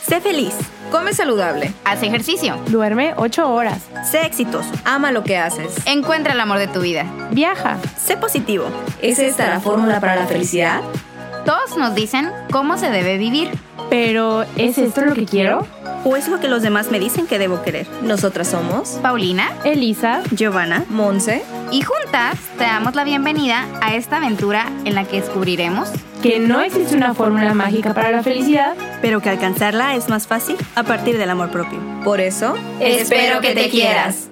Sé feliz. Come saludable. Haz ejercicio. Duerme 8 horas. Sé exitoso. Ama lo que haces. Encuentra el amor de tu vida. Viaja. Sé positivo. ¿Es esta la fórmula para la felicidad? Todos nos dicen cómo se debe vivir. Pero, ¿es esto lo que quiero? ¿O es lo que los demás me dicen que debo querer? Nosotras somos Paulina, Elisa, Giovanna, Monse, y juntas te damos la bienvenida a esta aventura en la que descubriremos que no existe una fórmula mágica para la felicidad, pero que alcanzarla es más fácil a partir del amor propio. Por eso, espero que te quieras.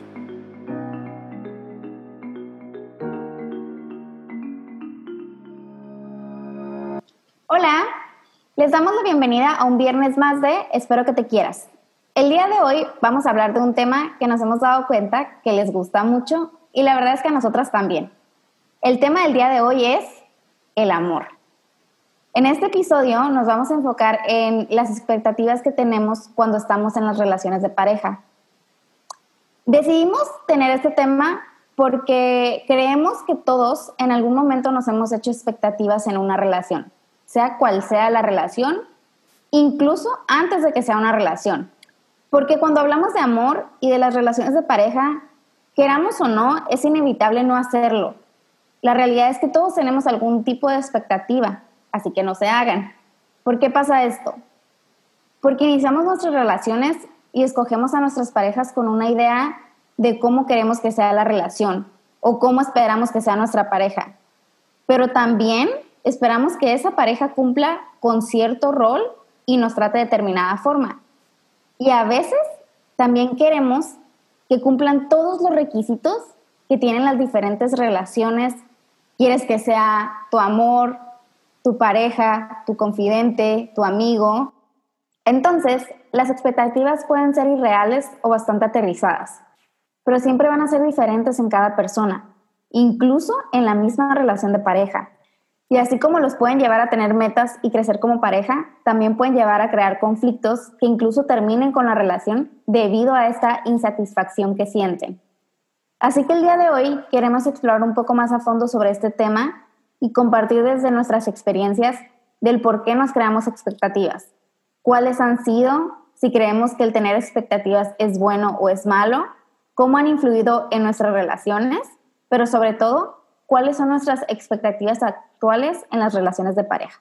Hola, les damos la bienvenida a un viernes más de Espero que te quieras. El día de hoy vamos a hablar de un tema que nos hemos dado cuenta que les gusta mucho y la verdad es que a nosotras también. El tema del día de hoy es el amor. En este episodio nos vamos a enfocar en las expectativas que tenemos cuando estamos en las relaciones de pareja. Decidimos tener este tema porque creemos que todos en algún momento nos hemos hecho expectativas en una relación, sea cual sea la relación, incluso antes de que sea una relación. Porque cuando hablamos de amor y de las relaciones de pareja, queramos o no, es inevitable no hacerlo. La realidad es que todos tenemos algún tipo de expectativa, así que no se hagan. ¿Por qué pasa esto? Porque iniciamos nuestras relaciones y escogemos a nuestras parejas con una idea de cómo queremos que sea la relación o cómo esperamos que sea nuestra pareja. Pero también esperamos que esa pareja cumpla con cierto rol y nos trate de determinada forma. Y a veces también queremos que cumplan todos los requisitos que tienen las diferentes relaciones. Quieres que sea tu amor, tu pareja, tu confidente, tu amigo. Entonces, las expectativas pueden ser irreales o bastante aterrizadas, pero siempre van a ser diferentes en cada persona, incluso en la misma relación de pareja. Y así como los pueden llevar a tener metas y crecer como pareja, también pueden llevar a crear conflictos que incluso terminen con la relación debido a esta insatisfacción que sienten. Así que el día de hoy queremos explorar un poco más a fondo sobre este tema y compartir desde nuestras experiencias del por qué nos creamos expectativas, cuáles han sido, si creemos que el tener expectativas es bueno o es malo, cómo han influido en nuestras relaciones, pero sobre todo, cuáles son nuestras expectativas actuales en las relaciones de pareja.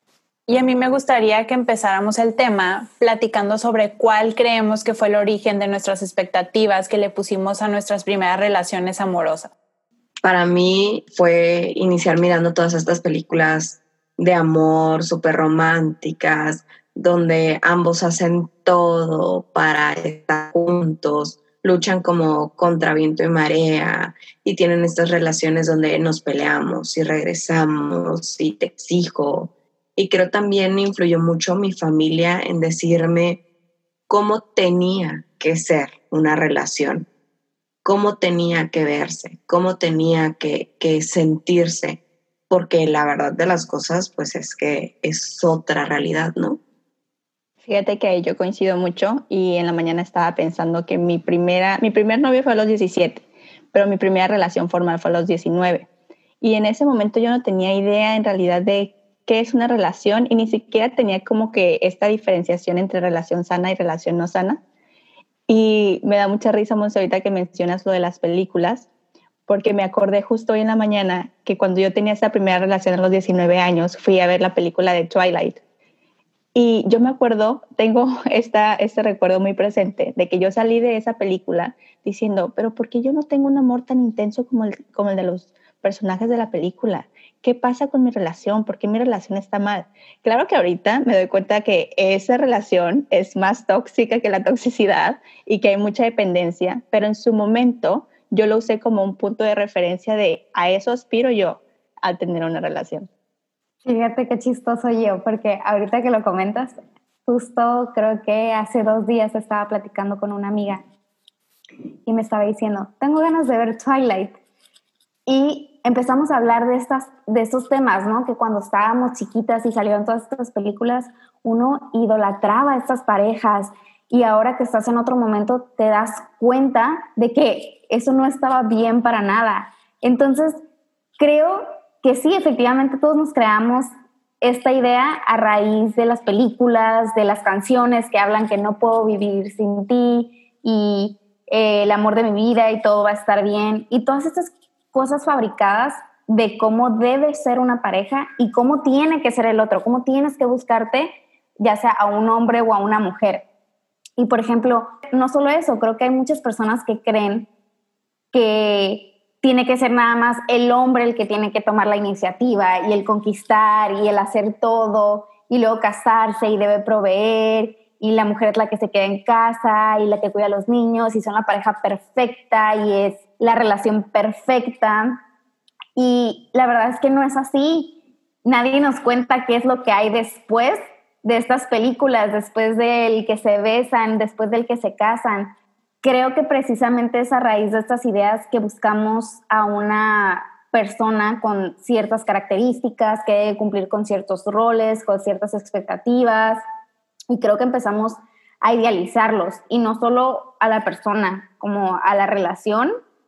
Y a mí me gustaría que empezáramos el tema platicando sobre cuál creemos que fue el origen de nuestras expectativas que le pusimos a nuestras primeras relaciones amorosas. Para mí fue iniciar mirando todas estas películas de amor súper románticas, donde ambos hacen todo para estar juntos, luchan como contra viento y marea y tienen estas relaciones donde nos peleamos y regresamos y te exijo. Y creo también influyó mucho mi familia en decirme cómo tenía que ser una relación, cómo tenía que verse, cómo tenía que sentirse, porque la verdad de las cosas pues es que es otra realidad, ¿no? Fíjate que ahí yo coincido mucho y en la mañana estaba pensando que mi primer novio fue a los 17, pero mi primera relación formal fue a los 19. Y en ese momento yo no tenía idea en realidad de qué es una relación y ni siquiera tenía como que esta diferenciación entre relación sana y relación no sana. Y me da mucha risa, Monse, ahorita que mencionas lo de las películas, porque me acordé justo hoy en la mañana que cuando yo tenía esa primera relación a los 19 años, fui a ver la película de Twilight. Y yo me acuerdo, tengo este recuerdo muy presente de que yo salí de esa película diciendo, pero ¿por qué yo no tengo un amor tan intenso como el de los personajes de la película? ¿Qué pasa con mi relación? ¿Por qué mi relación está mal? Claro que ahorita me doy cuenta que esa relación es más tóxica que la toxicidad y que hay mucha dependencia, pero en su momento yo lo usé como un punto de referencia de a eso aspiro yo al tener una relación. Fíjate qué chistoso yo, porque ahorita que lo comentas, justo creo que hace 2 días estaba platicando con una amiga y me estaba diciendo, tengo ganas de ver Twilight. Y empezamos a hablar de estos temas, ¿no? Que cuando estábamos chiquitas y salieron todas estas películas, uno idolatraba a estas parejas y ahora que estás en otro momento te das cuenta de que eso no estaba bien para nada. Entonces, creo que sí, efectivamente todos nos creamos esta idea a raíz de las películas, de las canciones que hablan que no puedo vivir sin ti y el amor de mi vida y todo va a estar bien. Y todas estas cosas fabricadas de cómo debe ser una pareja y cómo tiene que ser el otro, cómo tienes que buscarte, ya sea a un hombre o a una mujer. Y, por ejemplo, no solo eso, creo que hay muchas personas que creen que tiene que ser nada más el hombre el que tiene que tomar la iniciativa y el conquistar y el hacer todo y luego casarse y debe proveer y la mujer es la que se queda en casa y la que cuida a los niños y son la pareja perfecta y es la relación perfecta. Y la verdad es que no es así. Nadie nos cuenta qué es lo que hay después de estas películas, después del que se besan, después del que se casan. Creo que precisamente es a raíz de estas ideas que buscamos a una persona con ciertas características, que debe cumplir con ciertos roles, con ciertas expectativas, y creo que empezamos a idealizarlos, y no solo a la persona, como a la relación.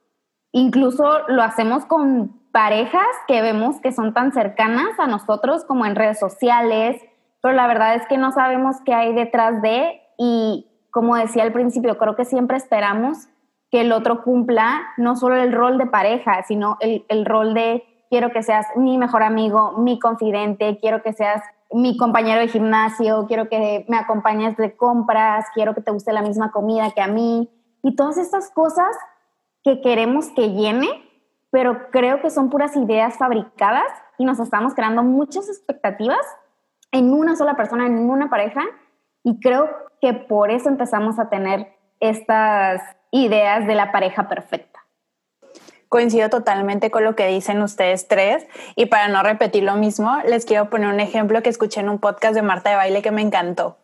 Incluso lo hacemos con parejas que vemos que son tan cercanas a nosotros como en redes sociales, pero la verdad es que no sabemos qué hay detrás de, y como decía al principio, creo que siempre esperamos que el otro cumpla no solo el rol de pareja, sino el rol de quiero que seas mi mejor amigo, mi confidente, quiero que seas mi compañero de gimnasio, quiero que me acompañes de compras, quiero que te guste la misma comida que a mí. Y todas estas cosas que queremos que llene, pero creo que son puras ideas fabricadas y nos estamos creando muchas expectativas en una sola persona, en una pareja, y creo que por eso empezamos a tener estas ideas de la pareja perfecta. Coincido totalmente con lo que dicen ustedes tres, y para no repetir lo mismo, les quiero poner un ejemplo que escuché en un podcast de Marta de Baile que me encantó,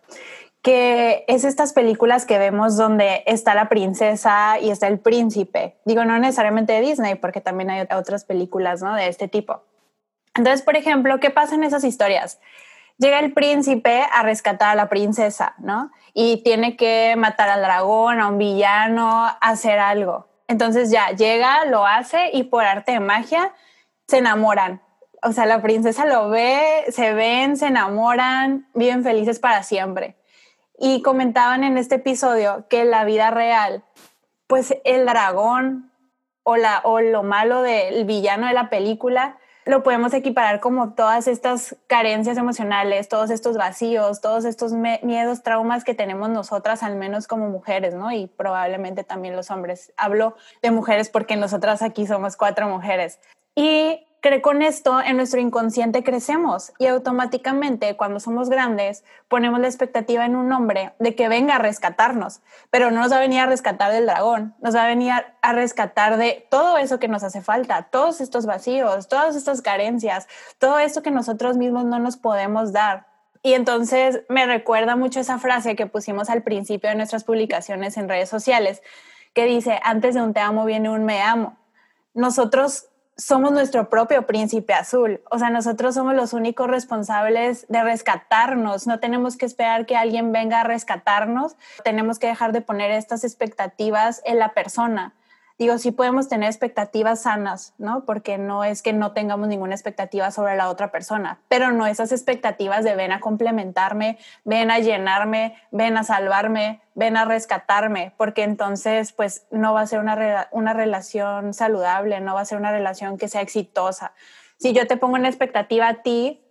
que es estas películas que vemos donde está la princesa y está el príncipe. Digo, no necesariamente de Disney, porque también hay otras películas, ¿no?, de este tipo. Entonces, por ejemplo, ¿qué pasa en esas historias? Llega el príncipe a rescatar a la princesa, ¿no? Y tiene que matar al dragón, a un villano, hacer algo. Entonces ya llega, lo hace y por arte de magia se enamoran. O sea, la princesa lo ve, se ven, se enamoran, viven felices para siempre. Y comentaban en este episodio que en la vida real, pues el dragón o lo malo del villano de la película lo podemos equiparar como todas estas carencias emocionales, todos estos vacíos, todos estos miedos, traumas que tenemos nosotras, al menos como mujeres, ¿no? Y probablemente también los hombres. Hablo de mujeres porque nosotras aquí somos 4 mujeres. Y con esto en nuestro inconsciente crecemos y automáticamente cuando somos grandes ponemos la expectativa en un hombre de que venga a rescatarnos, pero no nos va a venir a rescatar del dragón, nos va a venir a rescatar de todo eso que nos hace falta, todos estos vacíos, todas estas carencias, todo esto que nosotros mismos no nos podemos dar. Y entonces me recuerda mucho esa frase que pusimos al principio de nuestras publicaciones en redes sociales, que dice, antes de un te amo viene un me amo. Nosotros somos nuestro propio príncipe azul, o sea, nosotros somos los únicos responsables de rescatarnos, no tenemos que esperar que alguien venga a rescatarnos, tenemos que dejar de poner estas expectativas en la persona. Digo, sí podemos tener expectativas sanas, ¿no? Porque no es que no tengamos ninguna expectativa sobre la otra persona, pero no esas expectativas de ven a complementarme, ven a llenarme, ven a salvarme, ven a rescatarme, porque entonces pues no va a ser una relación saludable, no va a ser una relación que sea exitosa. Si yo te pongo una expectativa a ti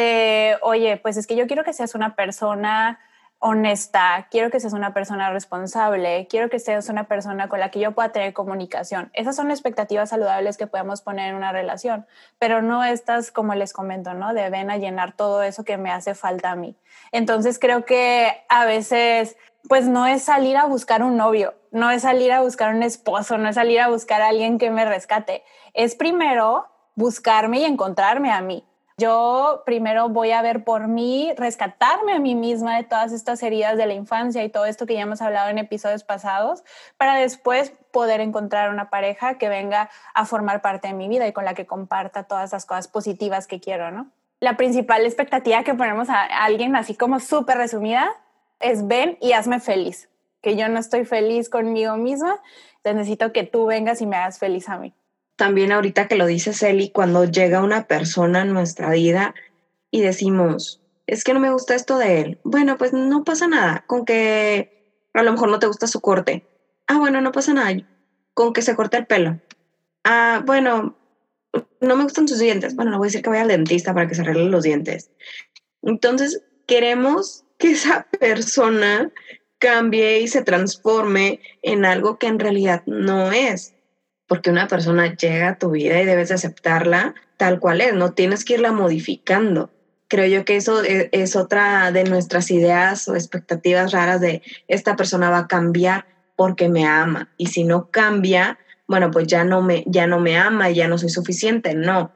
de, oye, pues es que yo quiero que seas una persona honesta, quiero que seas una persona responsable, quiero que seas una persona con la que yo pueda tener comunicación. Esas son expectativas saludables que podemos poner en una relación, pero no estas, como les comento, ¿no? De ven a llenar todo eso que me hace falta a mí. Entonces creo que a veces, pues no es salir a buscar un novio, no es salir a buscar un esposo, no es salir a buscar a alguien que me rescate. Es primero buscarme y encontrarme a mí. Yo primero voy a ver por mí, rescatarme a mí misma de todas estas heridas de la infancia y todo esto que ya hemos hablado en episodios pasados, para después poder encontrar una pareja que venga a formar parte de mi vida y con la que comparta todas las cosas positivas que quiero, ¿no? La principal expectativa que ponemos a alguien, así como súper resumida, es ven y hazme feliz. Que yo no estoy feliz conmigo misma, entonces necesito que tú vengas y me hagas feliz a mí. También ahorita que lo dice Celi, cuando llega una persona en nuestra vida, y decimos, es que no me gusta esto de él. Bueno, pues no pasa nada, con que a lo mejor no te gusta su corte. Ah, bueno, no pasa nada, con que se corte el pelo. Ah, bueno, no me gustan sus dientes. Bueno, le voy a decir que vaya al dentista para que se arregle los dientes. Entonces, queremos que esa persona cambie y se transforme en algo que en realidad no es. Porque una persona llega a tu vida y debes de aceptarla tal cual es, no tienes que irla modificando. Creo yo que eso es otra de nuestras ideas o expectativas raras de esta persona va a cambiar porque me ama. Y si no cambia, bueno, pues ya no me ama y ya no soy suficiente. No,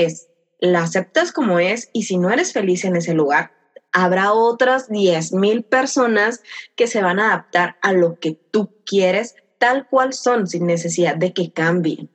la aceptas como es y si no eres feliz en ese lugar, habrá otras 10,000 personas que se van a adaptar a lo que tú quieres tal cual son, sin necesidad de que cambien.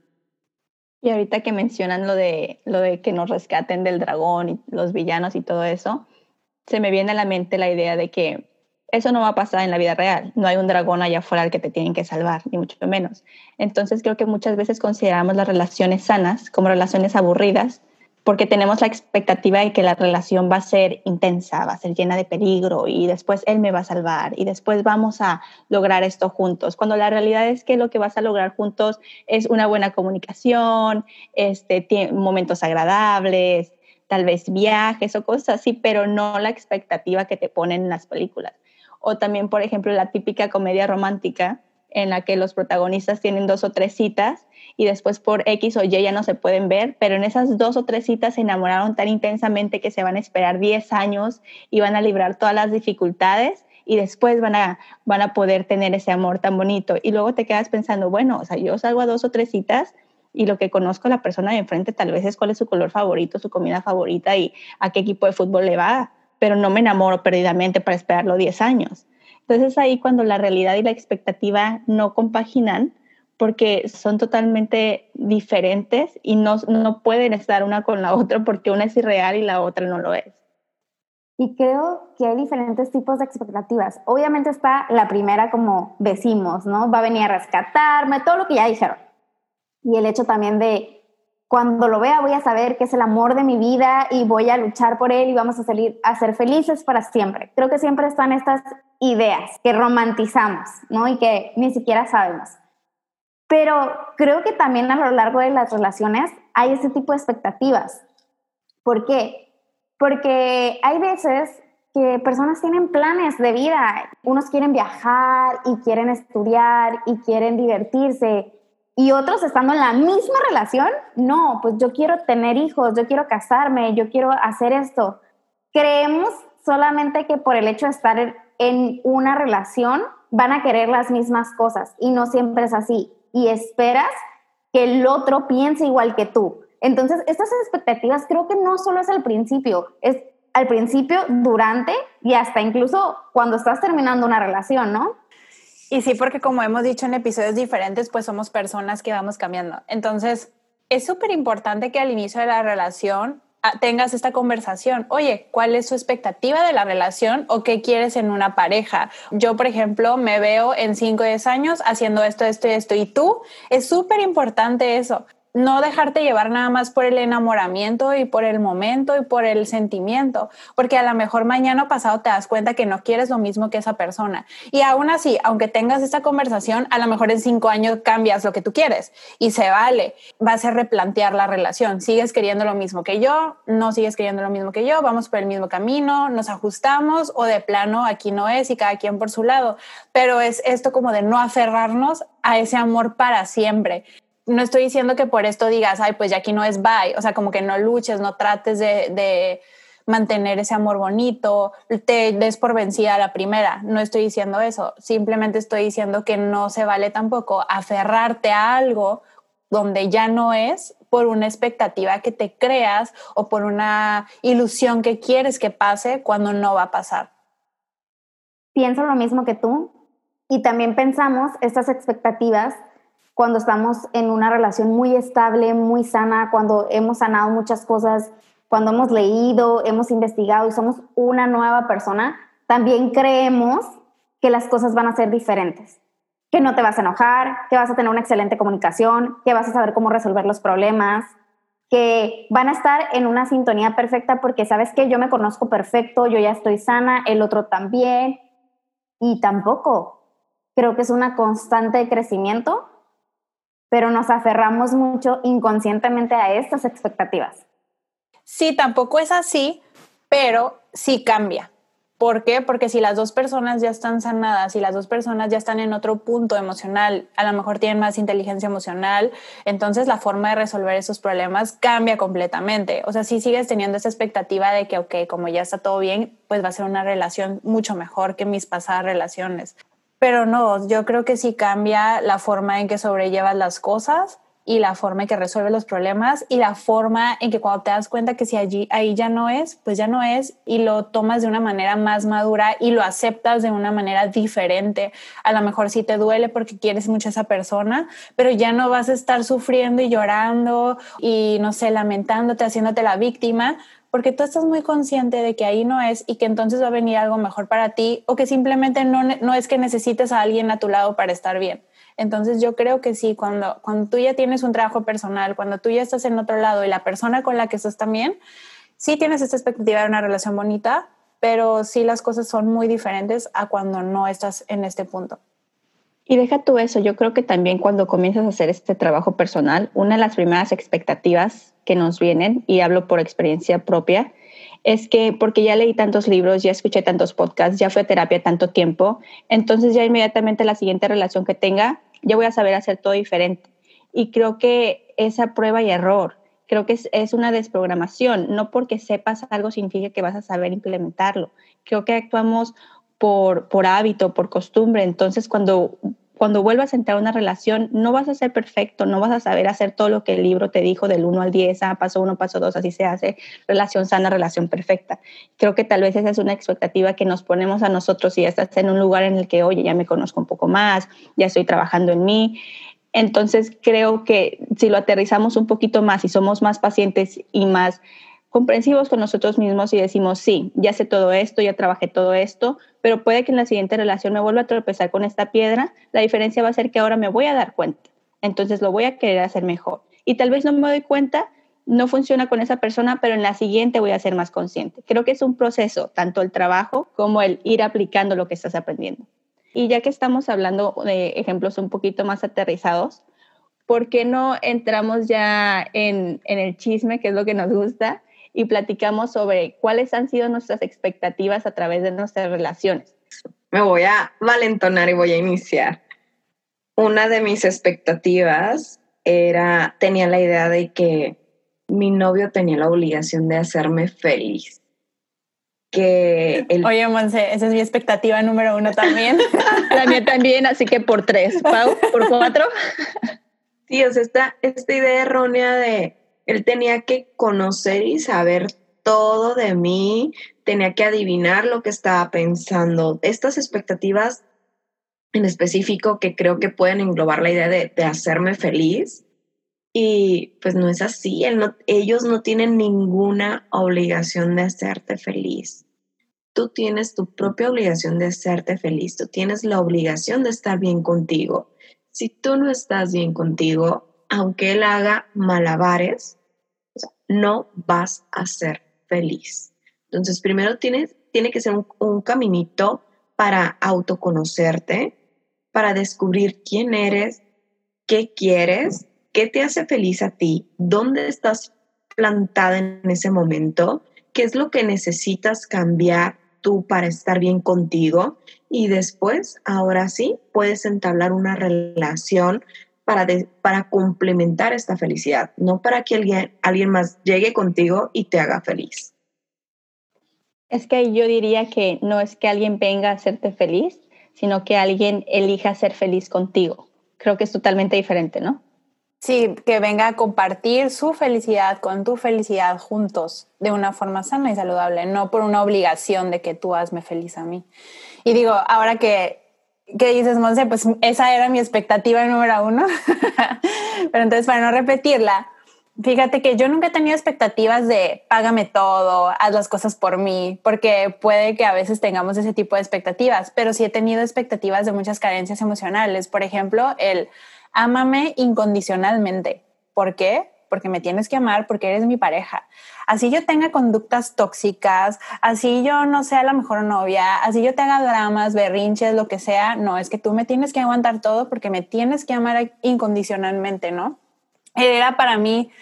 Y ahorita que mencionan lo de que nos rescaten del dragón y los villanos y todo eso, se me viene a la mente la idea de que eso no va a pasar en la vida real. No hay un dragón allá afuera al que te tienen que salvar, ni mucho menos. Entonces creo que muchas veces consideramos las relaciones sanas como relaciones aburridas porque tenemos la expectativa de que la relación va a ser intensa, va a ser llena de peligro y después él me va a salvar y después vamos a lograr esto juntos, cuando la realidad es que lo que vas a lograr juntos es una buena comunicación, momentos agradables, tal vez viajes o cosas así, pero no la expectativa que te ponen en las películas. O también, por ejemplo, la típica comedia romántica en la que los protagonistas tienen 2 o 3 citas y después por X o Y ya no se pueden ver, pero en esas 2 o 3 citas se enamoraron tan intensamente que se van a esperar 10 años y van a librar todas las dificultades y después van a poder tener ese amor tan bonito. Y luego te quedas pensando, bueno, o sea, yo salgo a 2 o 3 citas y lo que conozco a la persona de enfrente tal vez es cuál es su color favorito, su comida favorita y a qué equipo de fútbol le va, pero no me enamoro perdidamente para esperarlo 10 años. Entonces ahí cuando la realidad y la expectativa no compaginan, porque son totalmente diferentes y no pueden estar una con la otra porque una es irreal y la otra no lo es. Y creo que hay diferentes tipos de expectativas. Obviamente está la primera, como decimos, ¿no? Va a venir a rescatarme, todo lo que ya dijeron. Y el hecho también de cuando lo vea voy a saber que es el amor de mi vida y voy a luchar por él y vamos a ser felices para siempre. Creo que siempre están estas ideas que romantizamos, ¿no? Y que ni siquiera sabemos. Pero creo que también a lo largo de las relaciones hay ese tipo de expectativas. ¿Por qué? Porque hay veces que personas tienen planes de vida. Unos quieren viajar y quieren estudiar y quieren divertirse. Y otros estando en la misma relación, no, pues yo quiero tener hijos, yo quiero casarme, yo quiero hacer esto. Creemos solamente que por el hecho de estar en una relación van a querer las mismas cosas y no siempre es así. Y esperas que el otro piense igual que tú. Entonces, estas expectativas creo que no solo es al principio, es al principio, durante y hasta incluso cuando estás terminando una relación, ¿no? Y sí, porque como hemos dicho en episodios diferentes, pues somos personas que vamos cambiando. Entonces, es súper importante que al inicio de la relación tengas esta conversación. Oye, ¿cuál es su expectativa de la relación o qué quieres en una pareja? Yo, por ejemplo, me veo en 5 o 10 años haciendo esto, esto y esto. Y tú, es súper importante eso. No dejarte llevar nada más por el enamoramiento y por el momento y por el sentimiento, porque a lo mejor mañana o pasado te das cuenta que no quieres lo mismo que esa persona. Y aún así, aunque tengas esta conversación, a lo mejor en 5 años cambias lo que tú quieres y se vale. Vas a replantear la relación. ¿Sigues queriendo lo mismo que yo? ¿No sigues queriendo lo mismo que yo? ¿Vamos por el mismo camino? ¿Nos ajustamos? ¿O de plano aquí no es y cada quien por su lado? Pero es esto como de no aferrarnos a ese amor para siempre. No estoy diciendo que por esto digas, ay, pues ya aquí no es bye. O sea, como que no luches, no trates de mantener ese amor bonito, te des por vencida a la primera. No estoy diciendo eso. Simplemente estoy diciendo que no se vale tampoco aferrarte a algo donde ya no es por una expectativa que te creas o por una ilusión que quieres que pase cuando no va a pasar. Pienso lo mismo que tú y también pensamos estas expectativas cuando estamos en una relación muy estable, muy sana, cuando hemos sanado muchas cosas, cuando hemos leído, hemos investigado y somos una nueva persona, también creemos que las cosas van a ser diferentes, que no te vas a enojar, que vas a tener una excelente comunicación, que vas a saber cómo resolver los problemas. que van a estar en una sintonía perfecta porque sabes que yo me conozco perfecto, yo ya estoy sana, el otro también, y tampoco. Creo que es una constante de crecimiento, pero nos aferramos mucho inconscientemente a estas expectativas. Sí, tampoco es así, pero sí cambia. ¿Por qué? Porque si las dos personas ya están sanadas, si las dos personas ya están en otro punto emocional, a lo mejor tienen más inteligencia emocional, entonces la forma de resolver esos problemas cambia completamente. O sea, si sigues teniendo esa expectativa de que, ok, como ya está todo bien, pues va a ser una relación mucho mejor que mis pasadas relaciones. Pero no, yo creo que sí cambia la forma en que sobrellevas las cosas y la forma en que resuelves los problemas y la forma en que cuando te das cuenta que si ahí ya no es, pues ya no es, y lo tomas de una manera más madura y lo aceptas de una manera diferente. A lo mejor sí te duele porque quieres mucho a esa persona, pero ya no vas a estar sufriendo y llorando y, no sé, lamentándote, haciéndote la víctima, porque tú estás muy consciente de que ahí no es y que entonces va a venir algo mejor para ti, o que simplemente no es que necesites a alguien a tu lado para estar bien. Entonces yo creo que sí, cuando tú ya tienes un trabajo personal, cuando tú ya estás en otro lado y la persona con la que estás también, sí tienes esta expectativa de una relación bonita, pero sí las cosas son muy diferentes a cuando no estás en este punto. Y deja tú eso, yo creo que también cuando comienzas a hacer este trabajo personal, una de las primeras expectativas que nos vienen, y hablo por experiencia propia, es que porque ya leí tantos libros, ya escuché tantos podcasts, ya fui a terapia tanto tiempo, entonces ya inmediatamente la siguiente relación que tenga, ya voy a saber hacer todo diferente. Y creo que esa prueba y error, creo que es una desprogramación. No porque sepas algo significa que vas a saber implementarlo. Creo que actuamos por hábito, por costumbre. Entonces, cuando vuelvas a entrar a una relación, no vas a ser perfecto, no vas a saber hacer todo lo que el libro te dijo del 1 al 10, paso 1, paso 2, así se hace, relación sana, relación perfecta. Creo que tal vez esa es una expectativa que nos ponemos a nosotros si ya estás en un lugar en el que, oye, ya me conozco un poco más, ya estoy trabajando en mí. Entonces, creo que si lo aterrizamos un poquito más y somos más pacientes y más comprensivos con nosotros mismos y decimos, sí, ya sé todo esto, ya trabajé todo esto, pero puede que en la siguiente relación me vuelva a tropezar con esta piedra, la diferencia va a ser que ahora me voy a dar cuenta, entonces lo voy a querer hacer mejor. Y tal vez no me doy cuenta, no funciona con esa persona, pero en la siguiente voy a ser más consciente. Creo que es un proceso, tanto el trabajo como el ir aplicando lo que estás aprendiendo. Y ya que estamos hablando de ejemplos un poquito más aterrizados, ¿por qué no entramos ya en el chisme, que es lo que nos gusta, y platicamos sobre cuáles han sido nuestras expectativas a través de nuestras relaciones? Me voy a valentonar y voy a iniciar. Una de mis expectativas tenía la idea de que mi novio tenía la obligación de hacerme feliz. Oye, Monse, esa es mi expectativa número 1 también. La mía también, así que por 3. Pau, por 4. Sí, o sea, esta idea errónea de él tenía que conocer y saber todo de mí, tenía que adivinar lo que estaba pensando. Estas expectativas en específico que creo que pueden englobar la idea de hacerme feliz, y pues no es así. Ellos no tienen ninguna obligación de hacerte feliz. Tú tienes tu propia obligación de hacerte feliz, tú tienes la obligación de estar bien contigo. Si tú no estás bien contigo, aunque él haga malabares, no vas a ser feliz. Entonces, primero tiene que ser un caminito para autoconocerte, para descubrir quién eres, qué quieres, qué te hace feliz a ti, dónde estás plantada en ese momento, qué es lo que necesitas cambiar tú para estar bien contigo, y después, ahora sí, puedes entablar una relación para complementar esta felicidad, no para que alguien más llegue contigo y te haga feliz. Es que yo diría que no es que alguien venga a hacerte feliz, sino que alguien elija ser feliz contigo. Creo que es totalmente diferente, ¿no? Sí, que venga a compartir su felicidad con tu felicidad juntos de una forma sana y saludable, no por una obligación de que tú hazme feliz a mí. Y digo, ahora que dices, Monse, pues esa era mi expectativa número 1. Pero entonces, para no repetirla, fíjate que yo nunca he tenido expectativas de págame todo, haz las cosas por mí, porque puede que a veces tengamos ese tipo de expectativas, pero sí he tenido expectativas de muchas carencias emocionales. Por ejemplo, el ámame incondicionalmente. ¿Por qué? porque me tienes que amar porque eres mi pareja. Así yo tenga conductas tóxicas, así yo no sea la mejor novia, así yo tenga dramas, berrinches, lo que sea, no, es que tú me tienes que aguantar todo porque me tienes que amar incondicionalmente, ¿no? Era para mí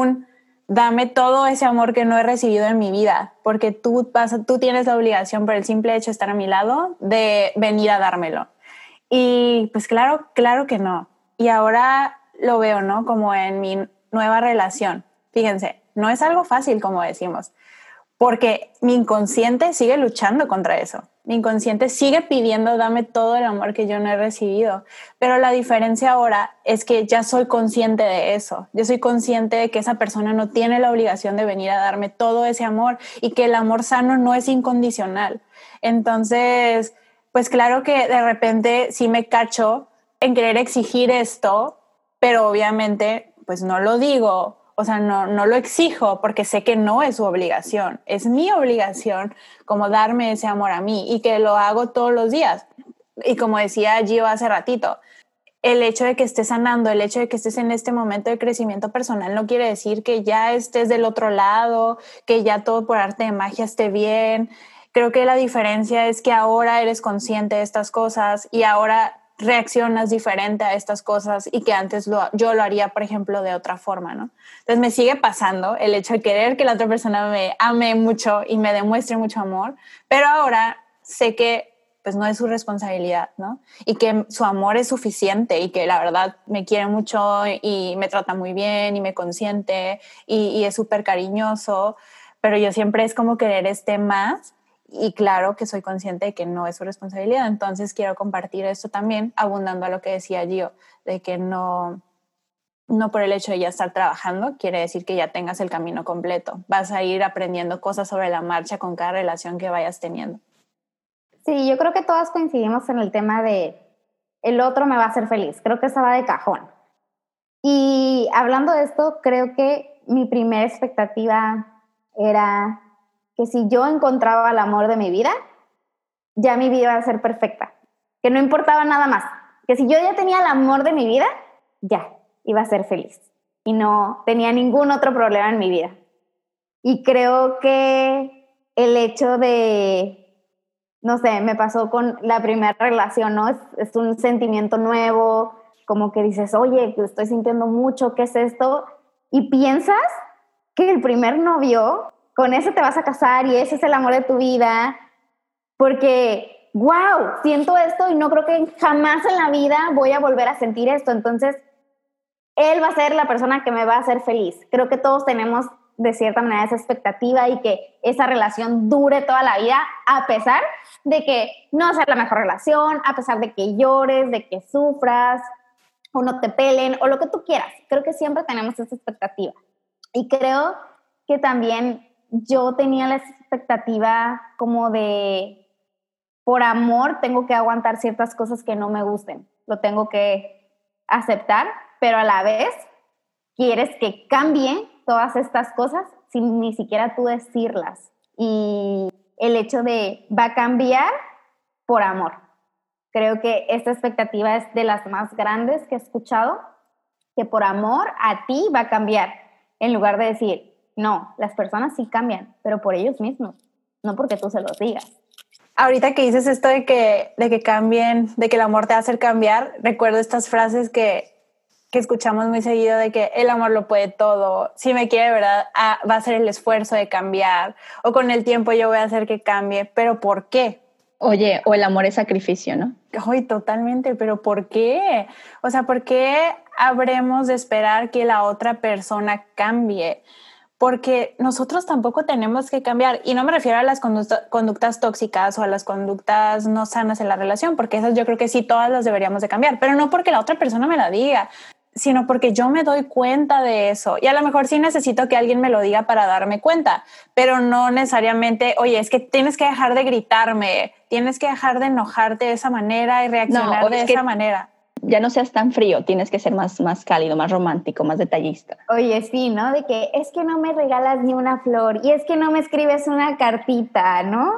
dame todo ese amor que no he recibido en mi vida, porque tú tienes la obligación por el simple hecho de estar a mi lado de venir a dármelo. Y pues claro que no. Y ahora lo veo, ¿no? Como en mi nueva relación. Fíjense, no es algo fácil, como decimos, porque mi inconsciente sigue luchando contra eso. Mi inconsciente sigue pidiendo, dame todo el amor que yo no he recibido. Pero la diferencia ahora es que ya soy consciente de eso. Yo soy consciente de que esa persona no tiene la obligación de venir a darme todo ese amor y que el amor sano no es incondicional. Entonces, pues claro que de repente sí me cacho en querer exigir esto, pero obviamente pues no lo digo. O sea, no lo exijo porque sé que no es su obligación. Es mi obligación como darme ese amor a mí y que lo hago todos los días. Y como decía Gio hace ratito, el hecho de que estés sanando, el hecho de que estés en este momento de crecimiento personal no quiere decir que ya estés del otro lado, que ya todo por arte de magia esté bien. Creo que la diferencia es que ahora eres consciente de estas cosas y ahora reaccionas diferente a estas cosas y que antes yo lo haría, por ejemplo, de otra forma, ¿no? Entonces me sigue pasando el hecho de querer que la otra persona me ame mucho y me demuestre mucho amor, pero ahora sé que pues no es su responsabilidad, ¿no? Y que su amor es suficiente y que la verdad me quiere mucho y me trata muy bien y me consiente y es súper cariñoso, pero yo siempre es como querer más. Y claro que soy consciente de que no es su responsabilidad, entonces quiero compartir esto también, abundando a lo que decía Gio, de que no por el hecho de ya estar trabajando quiere decir que ya tengas el camino completo. Vas a ir aprendiendo cosas sobre la marcha con cada relación que vayas teniendo. Sí, yo creo que todas coincidimos en el tema de el otro me va a hacer feliz. Creo que eso va de cajón. Y hablando de esto, creo que mi primera expectativa era que si yo encontraba el amor de mi vida, ya mi vida iba a ser perfecta, que no importaba nada más, que si yo ya tenía el amor de mi vida, ya iba a ser feliz y no tenía ningún otro problema en mi vida. Y creo que el hecho de, no sé, me pasó con la primera relación, ¿no? Es un sentimiento nuevo, como que dices, oye, que estoy sintiendo mucho, ¿qué es esto? Y piensas que el primer novio, con ese te vas a casar y ese es el amor de tu vida, porque, wow, siento esto y no creo que jamás en la vida voy a volver a sentir esto. Entonces, él va a ser la persona que me va a hacer feliz. Creo que todos tenemos de cierta manera esa expectativa y que esa relación dure toda la vida, a pesar de que no sea la mejor relación, a pesar de que llores, de que sufras, o no te pelen, o lo que tú quieras. Creo que siempre tenemos esa expectativa. Y creo que también yo tenía la expectativa como de, por amor, tengo que aguantar ciertas cosas que no me gusten. Lo tengo que aceptar, pero a la vez quieres que cambien todas estas cosas sin ni siquiera tú decirlas. Y el hecho de va a cambiar por amor. Creo que esta expectativa es de las más grandes que he escuchado, que por amor a ti va a cambiar, en lugar de decir, no, las personas sí cambian, pero por ellos mismos, no porque tú se los digas. Ahorita que dices esto de que cambien, de que el amor te va a hacer cambiar, recuerdo estas frases que escuchamos muy seguido de que el amor lo puede todo, si me quiere de verdad va a hacer el esfuerzo de cambiar, o con el tiempo yo voy a hacer que cambie, pero ¿por qué? Oye, o el amor es sacrificio, ¿no? Ay, totalmente, pero ¿por qué? O sea, ¿por qué habremos de esperar que la otra persona cambie? Porque nosotros tampoco tenemos que cambiar. Y no me refiero a las conductas tóxicas o a las conductas no sanas en la relación, porque esas yo creo que sí todas las deberíamos de cambiar, pero no porque la otra persona me la diga, sino porque yo me doy cuenta de eso. Y a lo mejor sí necesito que alguien me lo diga para darme cuenta, pero no necesariamente, oye, es que tienes que dejar de gritarme, tienes que dejar de enojarte de esa manera y reaccionar de esa manera. Ya no seas tan frío, tienes que ser más cálido, más romántico, más detallista. Oye, sí, ¿no? De que es que no me regalas ni una flor y es que no me escribes una cartita, ¿no?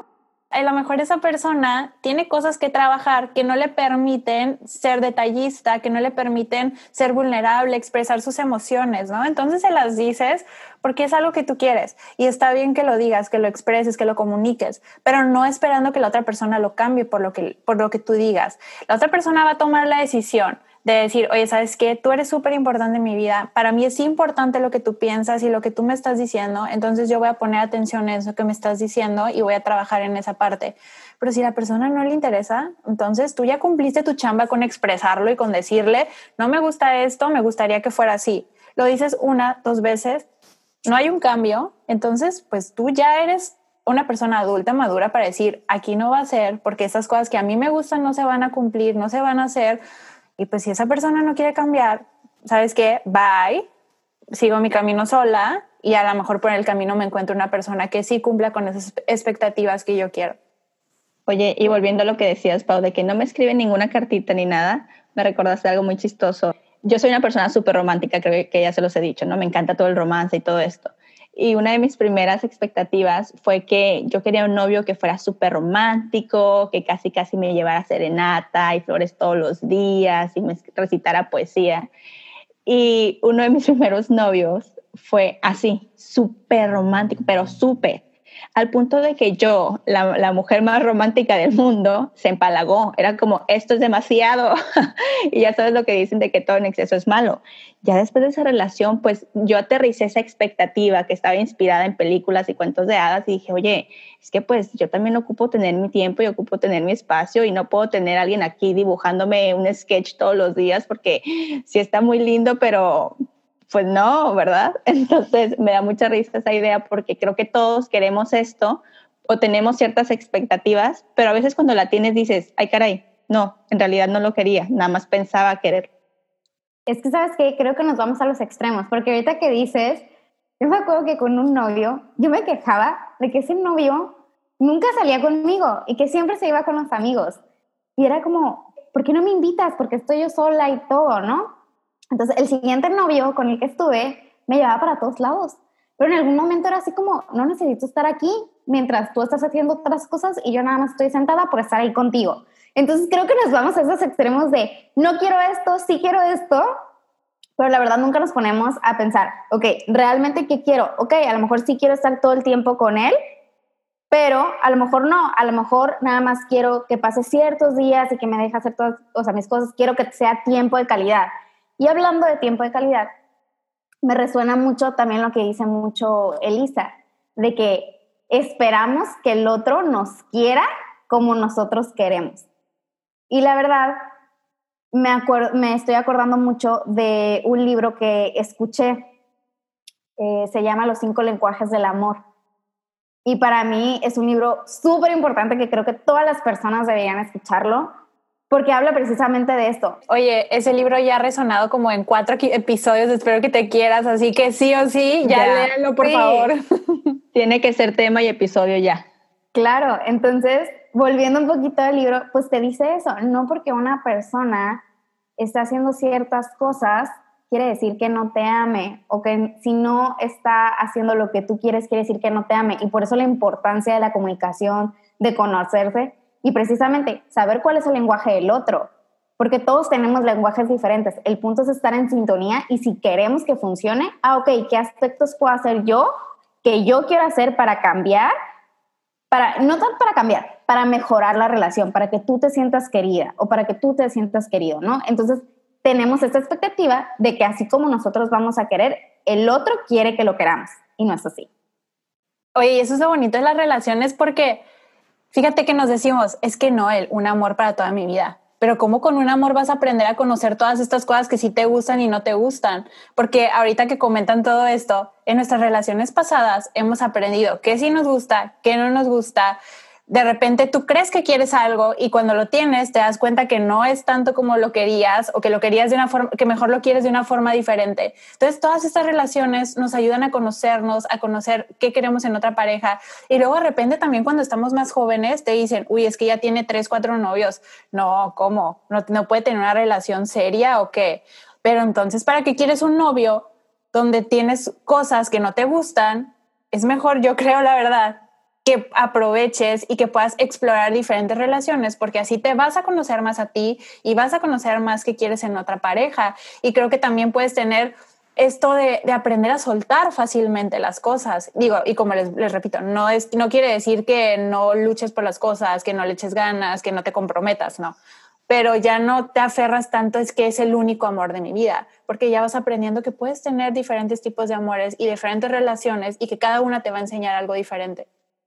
A lo mejor esa persona tiene cosas que trabajar que no le permiten ser detallista, que no le permiten ser vulnerable, expresar sus emociones, ¿no? Entonces se las dices porque es algo que tú quieres y está bien que lo digas, que lo expreses, que lo comuniques, pero no esperando que la otra persona lo cambie por lo que tú digas. La otra persona va a tomar la decisión de decir, oye, ¿sabes qué? Tú eres súper importante en mi vida. Para mí es importante lo que tú piensas y lo que tú me estás diciendo. Entonces yo voy a poner atención en eso que me estás diciendo y voy a trabajar en esa parte. Pero si a la persona no le interesa, entonces tú ya cumpliste tu chamba con expresarlo y con decirle, no me gusta esto, me gustaría que fuera así. Lo dices 1, 2 veces, no hay un cambio. Entonces, pues tú ya eres una persona adulta, madura para decir, aquí no va a ser porque esas cosas que a mí me gustan no se van a cumplir, no se van a hacer. Y pues si esa persona no quiere cambiar, ¿sabes qué? Bye, sigo mi camino sola y a lo mejor por el camino me encuentro una persona que sí cumpla con esas expectativas que yo quiero. Oye, y volviendo a lo que decías, Pau, de que no me escribe ninguna cartita ni nada, me recordaste algo muy chistoso. Yo soy una persona súper romántica, creo que ya se los he dicho, ¿no? Me encanta todo el romance y todo esto. Y una de mis primeras expectativas fue que yo quería un novio que fuera súper romántico, que casi me llevara serenata y flores todos los días y me recitara poesía. Y uno de mis primeros novios fue así, súper romántico, pero súper. Al punto de que yo, la mujer más romántica del mundo, se empalagó. Era como, esto es demasiado. Y ya sabes lo que dicen de que todo en exceso es malo. Ya después de esa relación, pues yo aterricé esa expectativa que estaba inspirada en películas y cuentos de hadas y dije, oye, es que pues yo también ocupo tener mi tiempo y ocupo tener mi espacio y no puedo tener a alguien aquí dibujándome un sketch todos los días porque sí está muy lindo, pero pues no, ¿verdad? Entonces me da mucha risa esa idea porque creo que todos queremos esto o tenemos ciertas expectativas, pero a veces cuando la tienes dices, ay caray, no, en realidad no lo quería, nada más pensaba querer. Es que, ¿sabes qué? Creo que nos vamos a los extremos, porque ahorita que dices, yo me acuerdo que con un novio, yo me quejaba de que ese novio nunca salía conmigo y que siempre se iba con los amigos. Y era como, ¿por qué no me invitas? Porque estoy yo sola y todo, ¿no? Entonces, el siguiente novio con el que estuve me llevaba para todos lados. Pero en algún momento era así como, no necesito estar aquí mientras tú estás haciendo otras cosas y yo nada más estoy sentada por estar ahí contigo. Entonces, creo que nos vamos a esos extremos de, no quiero esto, sí quiero esto, pero la verdad nunca nos ponemos a pensar, ok, ¿realmente qué quiero? Ok, a lo mejor sí quiero estar todo el tiempo con él, pero a lo mejor no, a lo mejor nada más quiero que pase ciertos días y que me deje hacer todas, o sea, mis cosas, quiero que sea tiempo de calidad. Y hablando de tiempo de calidad, me resuena mucho también lo que dice mucho Elisa, de que esperamos que el otro nos quiera como nosotros queremos. Y la verdad, me estoy acordando mucho de un libro que escuché, se llama Los 5 lenguajes del amor. Y para mí es un libro súper importante que creo que todas las personas deberían escucharlo, porque habla precisamente de esto. Oye, ese libro ya ha resonado como en 4 episodios, espero que te quieras, así que sí o sí, ya léanlo, por favor. Tiene que ser tema y episodio ya. Claro, entonces, volviendo un poquito al libro, pues te dice eso, no porque una persona está haciendo ciertas cosas, quiere decir que no te ame, o que si no está haciendo lo que tú quieres, quiere decir que no te ame, y por eso la importancia de la comunicación, de conocerse, y precisamente saber cuál es el lenguaje del otro, porque todos tenemos lenguajes diferentes. El punto es estar en sintonía y si queremos que funcione, ok, ¿qué aspectos puedo hacer yo que yo quiero hacer para cambiar? No tanto para cambiar, para mejorar la relación, para que tú te sientas querida o para que tú te sientas querido, ¿no? Entonces tenemos esta expectativa de que así como nosotros vamos a querer, el otro quiere que lo queramos y no es así. Oye, y eso es lo bonito de las relaciones porque fíjate que nos decimos, es que no, un amor para toda mi vida. Pero ¿cómo con un amor vas a aprender a conocer todas estas cosas que sí te gustan y no te gustan? Porque ahorita que comentan todo esto, en nuestras relaciones pasadas hemos aprendido qué sí nos gusta, qué no nos gusta. De repente tú crees que quieres algo y cuando lo tienes te das cuenta que no es tanto como lo querías o que lo querías de una forma, que mejor lo quieres de una forma diferente. Entonces todas estas relaciones nos ayudan a conocernos, a conocer qué queremos en otra pareja. Y luego de repente también cuando estamos más jóvenes te dicen, uy, es que ya tiene 3, 4 novios. No, ¿cómo? ¿No puede tener una relación seria o qué? Pero entonces, ¿para qué quieres un novio donde tienes cosas que no te gustan? Es mejor, yo creo, la verdad, que aproveches y que puedas explorar diferentes relaciones, porque así te vas a conocer más a ti y vas a conocer más qué quieres en otra pareja. Y creo que también puedes tener esto de aprender a soltar fácilmente las cosas. Digo, y como les repito, no quiere decir que no luches por las cosas, que no le eches ganas, que no te comprometas, no. Pero ya no te aferras tanto, es que es el único amor de mi vida, porque ya vas aprendiendo que puedes tener diferentes tipos de amores y diferentes relaciones y que cada una te va a enseñar algo diferente.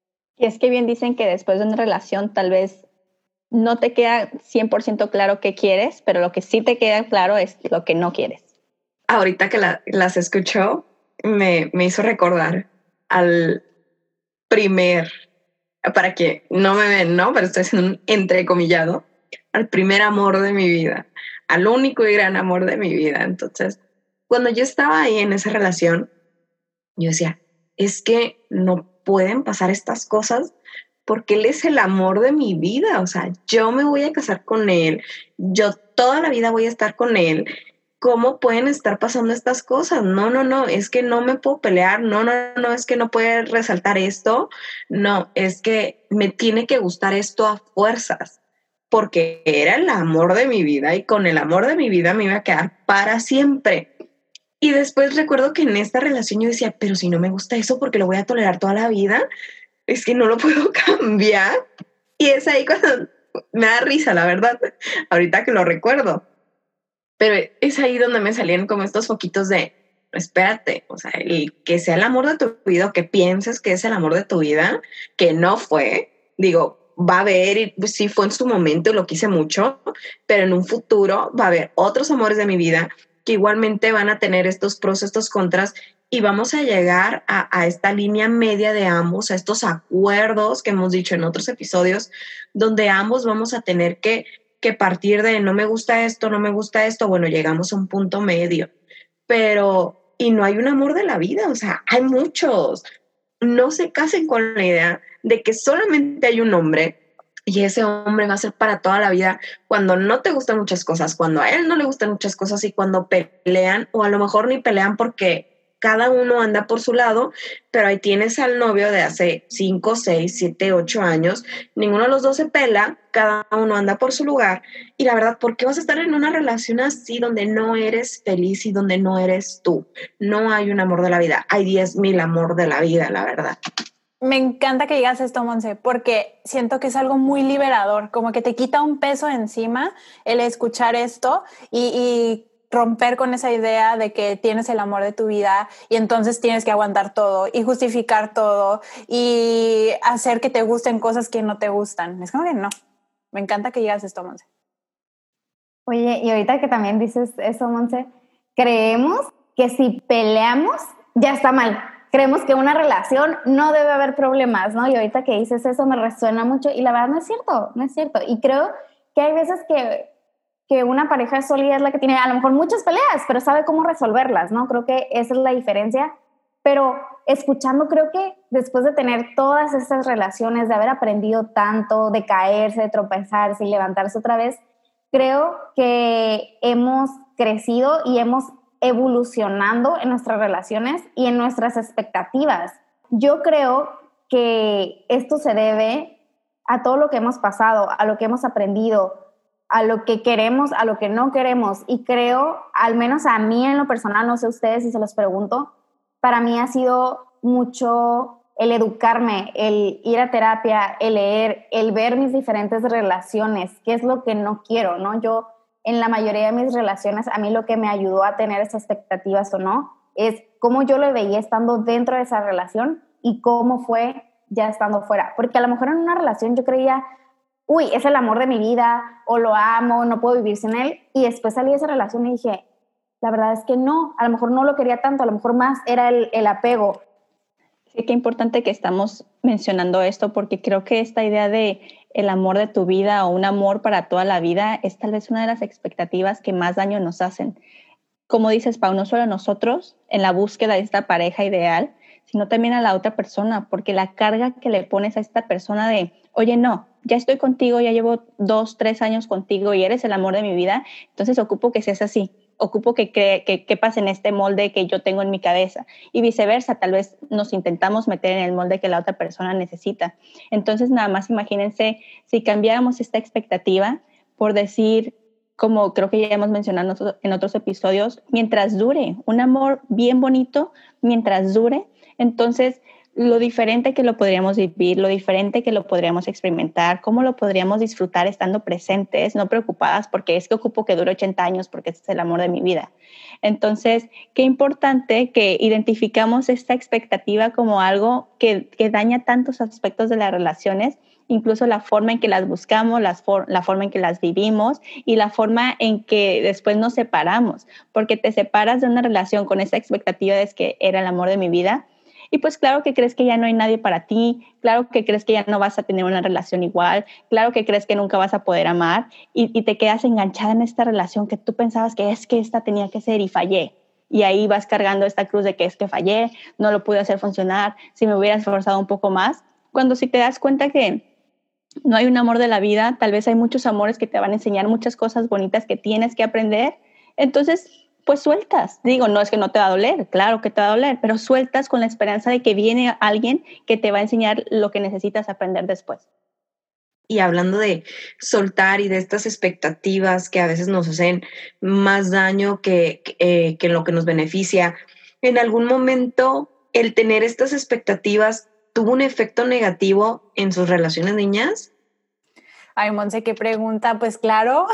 Y es que bien dicen que después de una relación tal vez no te queda 100% claro qué quieres, pero lo que sí te queda claro es lo que no quieres. Ahorita que las escuchó, me hizo recordar al primer, para que no me ven, ¿no? Pero estoy haciendo un entrecomillado, al primer amor de mi vida, al único y gran amor de mi vida. Entonces, cuando yo estaba ahí en esa relación, yo decía, es que no pueden pasar estas cosas porque él es el amor de mi vida. O sea, yo me voy a casar con él, yo toda la vida voy a estar con él. ¿Cómo pueden estar pasando estas cosas? No, es que no me puedo pelear, no, es que no puede resaltar esto, no, es que me tiene que gustar esto a fuerzas, porque era el amor de mi vida y con el amor de mi vida me iba a quedar para siempre. Y después recuerdo que en esta relación yo decía, pero si no me gusta eso, ¿porque lo voy a tolerar toda la vida? Es que no lo puedo cambiar. Y es ahí cuando me da risa, la verdad, ahorita que lo recuerdo. Pero es ahí donde me salían como estos foquitos de, espérate, o sea, el que sea el amor de tu vida, o que pienses que es el amor de tu vida, que no fue, digo, va a haber, y sí fue en su momento, lo quise mucho, pero en un futuro va a haber otros amores de mi vida que igualmente van a tener estos pros, estos contras, y vamos a llegar a esta línea media de ambos, a estos acuerdos que hemos dicho en otros episodios, donde ambos vamos a tener que partir de no me gusta esto, bueno, llegamos a un punto medio, pero, y no hay un amor de la vida, o sea, hay muchos. No se casen con la idea de que solamente hay un hombre y ese hombre va a ser para toda la vida cuando no te gustan muchas cosas, cuando a él no le gustan muchas cosas y cuando pelean, o a lo mejor ni pelean porque cada uno anda por su lado, pero ahí tienes al novio de hace 5, 6, 7, 8 años, ninguno de los dos se pela, cada uno anda por su lugar, y la verdad, ¿por qué vas a estar en una relación así donde no eres feliz y donde no eres tú? No hay un amor de la vida, hay 10,000 amor de la vida, la verdad. Me encanta que digas esto, Monse, porque siento que es algo muy liberador, como que te quita un peso encima el escuchar esto y romper con esa idea de que tienes el amor de tu vida y entonces tienes que aguantar todo y justificar todo y hacer que te gusten cosas que no te gustan. Es como que no. Me encanta que digas esto, Monse. Oye, y ahorita que también dices eso, Monse, creemos que si peleamos ya está mal. Creemos que una relación no debe haber problemas, ¿no? Y ahorita que dices eso me resuena mucho y la verdad no es cierto. Y creo que hay veces que una pareja sólida es la que tiene a lo mejor muchas peleas, pero sabe cómo resolverlas, ¿no? Creo que esa es la diferencia. Pero escuchando, creo que después de tener todas estas relaciones, de haber aprendido tanto, de caerse, de tropezarse y levantarse otra vez, creo que hemos crecido y hemos evolucionando en nuestras relaciones y en nuestras expectativas. Yo creo que esto se debe a todo lo que hemos pasado, a lo que hemos aprendido, a lo que queremos, a lo que no queremos. Y creo, al menos a mí en lo personal, no sé ustedes si se los pregunto, para mí ha sido mucho el educarme, el ir a terapia, el leer, el ver mis diferentes relaciones, qué es lo que no quiero, ¿no? Yo, en la mayoría de mis relaciones, a mí lo que me ayudó a tener esas expectativas o no, es cómo yo lo veía estando dentro de esa relación y cómo fue ya estando fuera. Porque a lo mejor en una relación yo creía, uy, es el amor de mi vida, o lo amo, no puedo vivir sin él, y después salí de esa relación y dije, la verdad es que no, a lo mejor no lo quería tanto, a lo mejor más era el apego. Sí, qué importante que estamos mencionando esto, porque creo que esta idea de el amor de tu vida o un amor para toda la vida es tal vez una de las expectativas que más daño nos hacen. Como dices, Pau, no solo a nosotros en la búsqueda de esta pareja ideal, sino también a la otra persona, porque la carga que le pones a esta persona de, oye, no, ya estoy contigo, ya llevo 2, 3 años contigo y eres el amor de mi vida, entonces ocupo que seas así. ocupo que quepas en este molde que yo tengo en mi cabeza, y viceversa, tal vez nos intentamos meter en el molde que la otra persona necesita. Entonces, nada más imagínense si cambiáramos esta expectativa por decir, como creo que ya hemos mencionado en otros episodios, mientras dure, un amor bien bonito, mientras dure. Entonces, lo diferente que lo podríamos vivir, lo diferente que lo podríamos experimentar, cómo lo podríamos disfrutar estando presentes, no preocupadas porque es que ocupo que dure 80 años porque este es el amor de mi vida. Entonces, qué importante que identificamos esta expectativa como algo que daña tantos aspectos de las relaciones, incluso la forma en que las buscamos, la forma en que las vivimos y la forma en que después nos separamos, porque te separas de una relación con esa expectativa de que era el amor de mi vida. Y pues claro que crees que ya no hay nadie para ti, claro que crees que ya no vas a tener una relación igual, claro que crees que nunca vas a poder amar y te quedas enganchada en esta relación que tú pensabas que es que esta tenía que ser y fallé. Y ahí vas cargando esta cruz de que es que fallé, no lo pude hacer funcionar, si me hubiera esforzado un poco más. Cuando si te das cuenta que no hay un amor de la vida, tal vez hay muchos amores que te van a enseñar muchas cosas bonitas que tienes que aprender, entonces pues sueltas. Digo, no es que no te va a doler, claro que te va a doler, pero sueltas con la esperanza de que viene alguien que te va a enseñar lo que necesitas aprender después. Y hablando de soltar y de estas expectativas que a veces nos hacen más daño que lo que nos beneficia, ¿en algún momento el tener estas expectativas tuvo un efecto negativo en sus relaciones, niñas? Ay, Monse, qué pregunta. Pues claro,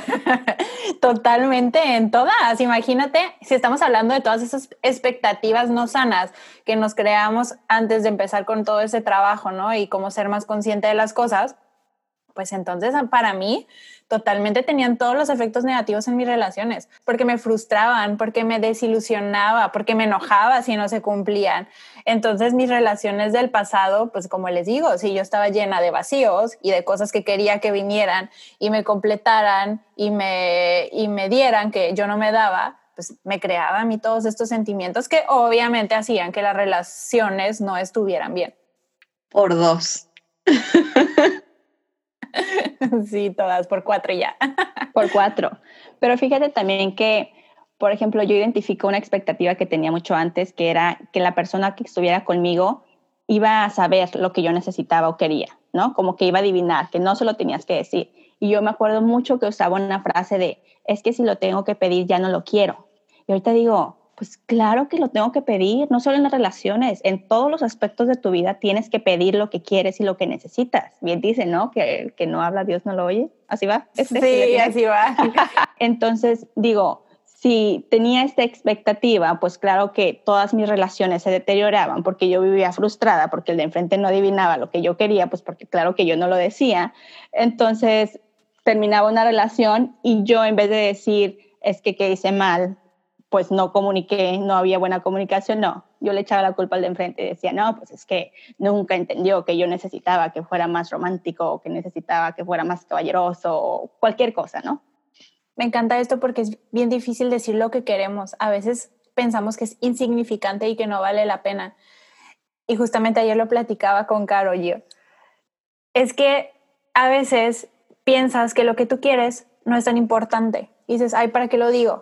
totalmente en todas. Imagínate, si estamos hablando de todas esas expectativas no sanas que nos creamos antes de empezar con todo ese trabajo, ¿no? Y cómo ser más consciente de las cosas, pues entonces para mí totalmente tenían todos los efectos negativos en mis relaciones, porque me frustraban, porque me desilusionaba, porque me enojaba si no se cumplían. Entonces mis relaciones del pasado, pues como les digo, si yo estaba llena de vacíos y de cosas que quería que vinieran y me completaran y me dieran que yo no me daba, pues me creaba a mí todos estos sentimientos que obviamente hacían que las relaciones no estuvieran bien. Por 2. Sí, todas por 4 ya. Por 4. Pero fíjate también que, por ejemplo, yo identifico una expectativa que tenía mucho antes, que era que la persona que estuviera conmigo iba a saber lo que yo necesitaba o quería, ¿no? Como que iba a adivinar, que no se lo tenías que decir. Y yo me acuerdo mucho que usaba una frase de, es que si lo tengo que pedir ya no lo quiero. Y ahorita digo, pues claro que lo tengo que pedir, no solo en las relaciones, en todos los aspectos de tu vida tienes que pedir lo que quieres y lo que necesitas. Bien dicen, ¿no? Que no habla, Dios no lo oye. ¿Así va? Sí, así va. Entonces, digo, si tenía esta expectativa, pues claro que todas mis relaciones se deterioraban porque yo vivía frustrada, porque el de enfrente no adivinaba lo que yo quería, pues porque claro que yo no lo decía. Entonces, terminaba una relación y yo en vez de decir, es que ¿qué hice mal?, pues no comuniqué, no había buena comunicación, no. Yo le echaba la culpa al de enfrente y decía, no, pues es que nunca entendió que yo necesitaba que fuera más romántico o que necesitaba que fuera más caballeroso o cualquier cosa, ¿no? Me encanta esto porque es bien difícil decir lo que queremos. A veces pensamos que es insignificante y que no vale la pena. Y justamente ayer lo platicaba con Caro y yo. Es que a veces piensas que lo que tú quieres no es tan importante. Y dices, ay, ¿para qué lo digo?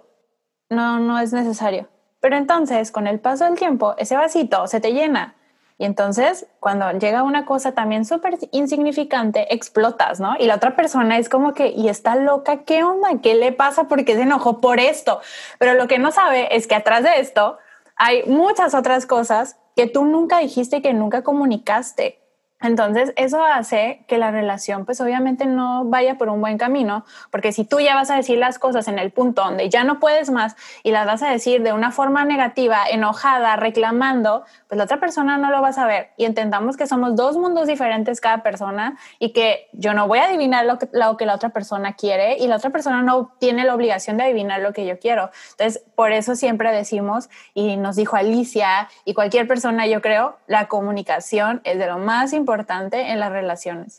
No es necesario. Pero entonces, con el paso del tiempo, ese vasito se te llena. Y entonces, cuando llega una cosa también súper insignificante, explotas, ¿no? Y la otra persona es como que, ¿y está loca? ¿Qué onda? ¿Qué le pasa? ¿Por qué se enojó por esto? Pero lo que no sabe es que atrás de esto hay muchas otras cosas que tú nunca dijiste y que nunca comunicaste. Entonces eso hace que la relación pues obviamente no vaya por un buen camino, porque si tú ya vas a decir las cosas en el punto donde ya no puedes más y las vas a decir de una forma negativa, enojada, reclamando, pues la otra persona no lo va a saber. Y entendamos que somos dos mundos diferentes cada persona y que yo no voy a adivinar lo que la otra persona quiere y la otra persona no tiene la obligación de adivinar lo que yo quiero. Entonces por eso siempre decimos, y nos dijo Alicia y cualquier persona, yo creo, la comunicación es de lo más importante en las relaciones.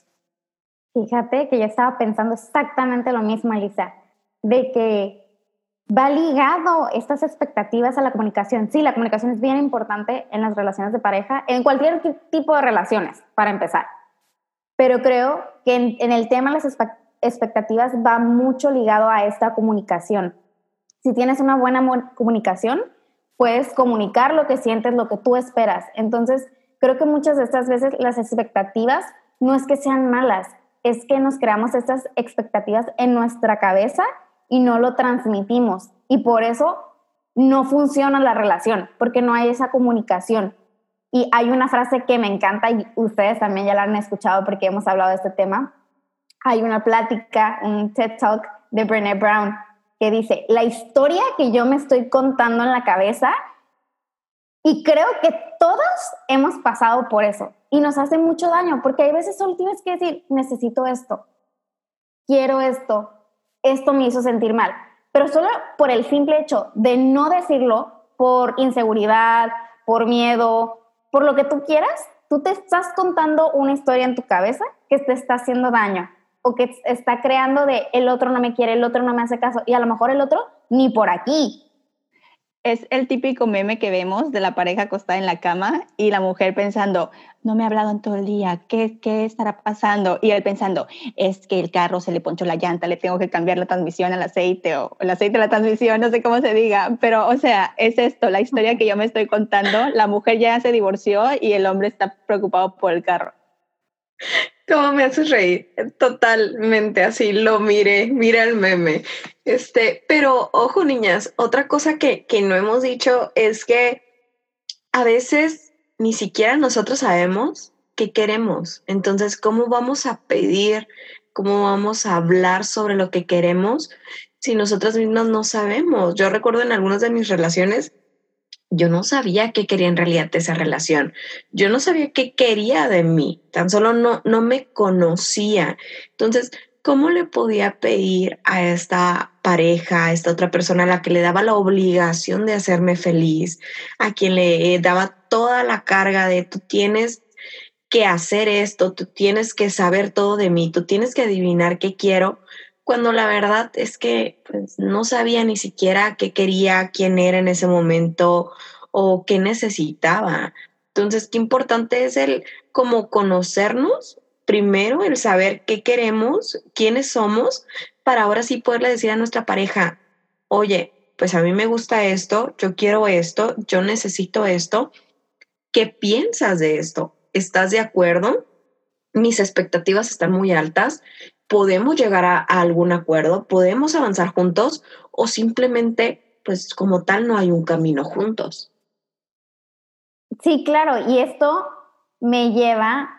Fíjate que yo estaba pensando exactamente lo mismo, Elisa, de que va ligado estas expectativas a la comunicación. Sí, la comunicación es bien importante en las relaciones de pareja, en cualquier tipo de relaciones, para empezar. Pero creo que en el tema de las expectativas va mucho ligado a esta comunicación. Si tienes una buena comunicación, puedes comunicar lo que sientes, lo que tú esperas. Entonces, creo que muchas de estas veces las expectativas no es que sean malas, es que nos creamos estas expectativas en nuestra cabeza y no lo transmitimos. Y por eso no funciona la relación, porque no hay esa comunicación. Y hay una frase que me encanta y ustedes también ya la han escuchado porque hemos hablado de este tema. Hay una plática, un TED Talk de Brené Brown que dice, la historia que yo me estoy contando en la cabeza, y creo que todos hemos pasado por eso y nos hace mucho daño porque hay veces solo tienes que decir, necesito esto, quiero esto me hizo sentir mal, pero solo por el simple hecho de no decirlo, por inseguridad, por miedo, por lo que tú quieras, tú te estás contando una historia en tu cabeza que te está haciendo daño o que está creando de el otro no me quiere, el otro no me hace caso y a lo mejor el otro ni por aquí. Es el típico meme que vemos de la pareja acostada en la cama y la mujer pensando, no me ha hablado en todo el día, ¿qué estará pasando? Y él pensando, es que el carro se le ponchó la llanta, le tengo que cambiar la transmisión al aceite o el aceite a la transmisión, no sé cómo se diga. Pero, o sea, es esto, la historia que yo me estoy contando. La mujer ya se divorció y el hombre está preocupado por el carro. ¿Cómo me haces reír? Totalmente así, mira el meme. Pero ojo, niñas, otra cosa que no hemos dicho es que a veces ni siquiera nosotros sabemos qué queremos. Entonces, ¿cómo vamos a pedir? ¿Cómo vamos a hablar sobre lo que queremos si nosotras mismas no sabemos? Yo recuerdo en algunas de mis relaciones, yo no sabía qué quería en realidad de esa relación. Yo no sabía qué quería de mí. Tan solo no me conocía. Entonces, ¿cómo le podía pedir a esta pareja, a esta otra persona a la que le daba la obligación de hacerme feliz, a quien le daba toda la carga de tú tienes que hacer esto, tú tienes que saber todo de mí, tú tienes que adivinar qué quiero? Cuando la verdad es que pues, no sabía ni siquiera qué quería, quién era en ese momento o qué necesitaba. Entonces, qué importante es el como conocernos primero, el saber qué queremos, quiénes somos, para ahora sí poderle decir a nuestra pareja, oye, pues a mí me gusta esto, yo quiero esto, yo necesito esto. ¿Qué piensas de esto? ¿Estás de acuerdo? Mis expectativas están muy altas. ¿Podemos llegar a algún acuerdo? ¿Podemos avanzar juntos? ¿O simplemente, pues como tal, no hay un camino juntos? Sí, claro, y esto me lleva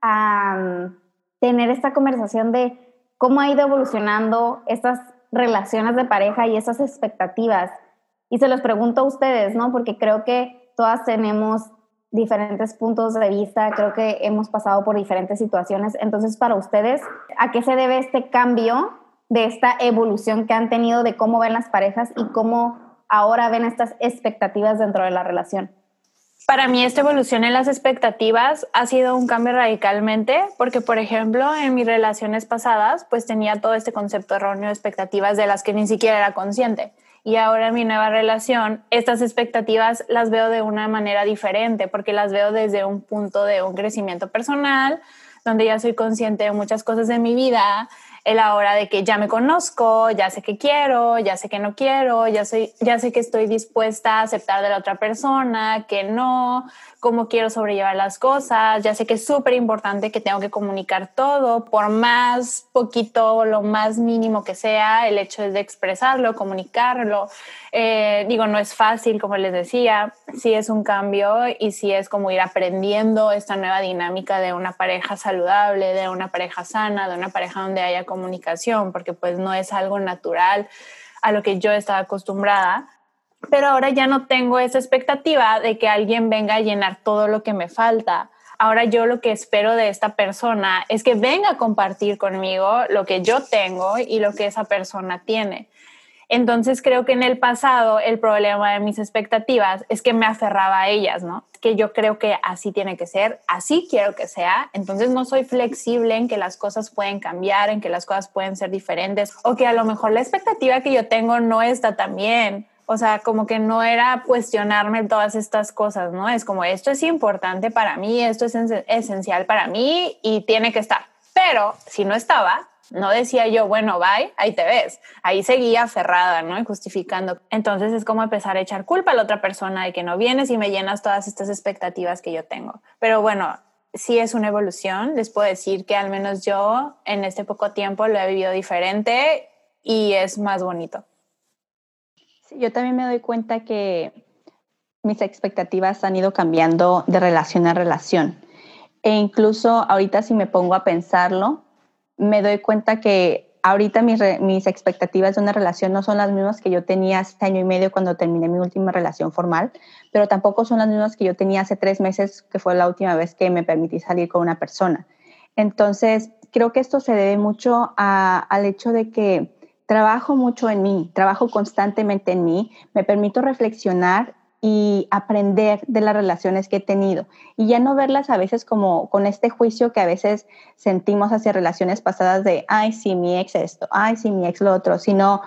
a tener esta conversación de cómo ha ido evolucionando estas relaciones de pareja y esas expectativas. Y se los pregunto a ustedes, ¿no? Porque creo que todas tenemos diferentes puntos de vista, creo que hemos pasado por diferentes situaciones. Entonces, para ustedes, ¿a qué se debe este cambio de esta evolución que han tenido de cómo ven las parejas y cómo ahora ven estas expectativas dentro de la relación? Para mí esta evolución en las expectativas ha sido un cambio radicalmente porque, por ejemplo, en mis relaciones pasadas pues tenía todo este concepto erróneo de expectativas de las que ni siquiera era consciente. Y ahora en mi nueva relación, estas expectativas las veo de una manera diferente porque las veo desde un punto de un crecimiento personal, donde ya soy consciente de muchas cosas de mi vida, en la hora de que ya me conozco, ya sé qué quiero, ya sé qué no quiero, ya sé que estoy dispuesta a aceptar de la otra persona, que no, cómo quiero sobrellevar las cosas, ya sé que es súper importante que tengo que comunicar todo, por más poquito, lo más mínimo que sea, el hecho es de expresarlo, comunicarlo. No es fácil, como les decía, sí es un cambio y sí es como ir aprendiendo esta nueva dinámica de una pareja saludable, de una pareja sana, de una pareja donde haya comunicación, porque pues no es algo natural a lo que yo estaba acostumbrada. Pero ahora ya no tengo esa expectativa de que alguien venga a llenar todo lo que me falta. Ahora yo lo que espero de esta persona es que venga a compartir conmigo lo que yo tengo y lo que esa persona tiene. Entonces creo que en el pasado el problema de mis expectativas es que me aferraba a ellas, ¿no? Que yo creo que así tiene que ser, así quiero que sea. Entonces no soy flexible en que las cosas pueden cambiar, en que las cosas pueden ser diferentes o que a lo mejor la expectativa que yo tengo no está tan bien. O sea, como que no era cuestionarme todas estas cosas, ¿no? Es como, esto es importante para mí, esto es esencial para mí y tiene que estar. Pero si no estaba, No decía yo, bueno, bye, ahí te ves. Ahí seguía aferrada, ¿no? Y justificando. Entonces es como empezar a echar culpa a la otra persona de que no vienes y me llenas todas estas expectativas que yo tengo. Pero bueno, sí es una evolución. Les puedo decir que al menos yo en este poco tiempo lo he vivido diferente y es más bonito. Sí, yo también me doy cuenta que mis expectativas han ido cambiando de relación a relación. E incluso ahorita si me pongo a pensarlo, me doy cuenta que ahorita mis expectativas de una relación no son las mismas que yo tenía hace año y medio cuando terminé mi última relación formal, pero tampoco son las mismas que yo tenía hace 3 meses, que fue la última vez que me permití salir con una persona. Entonces, creo que esto se debe mucho al hecho de que trabajo mucho en mí, trabajo constantemente en mí, me permito reflexionar y aprender de las relaciones que he tenido y ya no verlas a veces como con este juicio que a veces sentimos hacia relaciones pasadas de, ay, sí, mi ex esto, ay, sí, mi ex lo otro, sino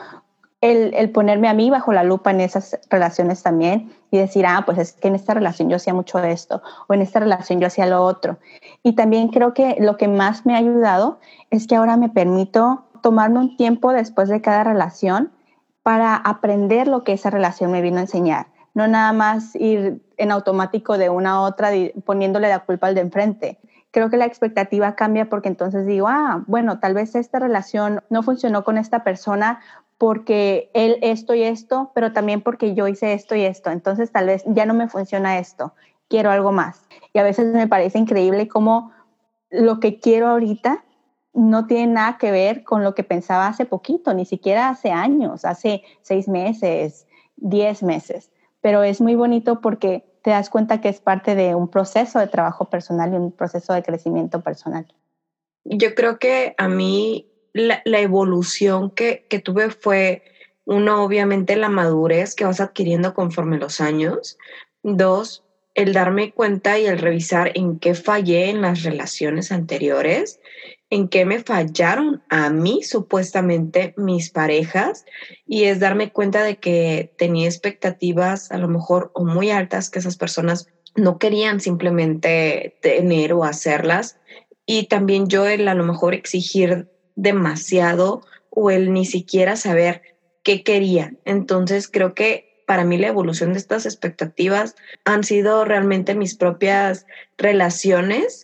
el ponerme a mí bajo la lupa en esas relaciones también y decir, pues es que en esta relación yo hacía mucho de esto o en esta relación yo hacía lo otro. Y también creo que lo que más me ha ayudado es que ahora me permito tomarme un tiempo después de cada relación para aprender lo que esa relación me vino a enseñar. No nada más ir en automático de una a otra poniéndole la culpa al de enfrente. Creo que la expectativa cambia porque entonces digo, bueno, tal vez esta relación no funcionó con esta persona porque él esto y esto, pero también porque yo hice esto y esto. Entonces tal vez ya no me funciona esto, quiero algo más. Y a veces me parece increíble cómo lo que quiero ahorita no tiene nada que ver con lo que pensaba hace poquito, ni siquiera hace años, hace 6 meses, 10 meses. Pero es muy bonito porque te das cuenta que es parte de un proceso de trabajo personal y un proceso de crecimiento personal. Yo creo que a mí la evolución que tuve fue, uno, obviamente la madurez que vas adquiriendo conforme los años. 2, el darme cuenta y el revisar en qué fallé en las relaciones anteriores, en qué me fallaron a mí supuestamente mis parejas, y es darme cuenta de que tenía expectativas a lo mejor o muy altas que esas personas no querían simplemente tener o hacerlas, y también yo el a lo mejor exigir demasiado o el ni siquiera saber qué quería. Entonces creo que para mí la evolución de estas expectativas han sido realmente mis propias relaciones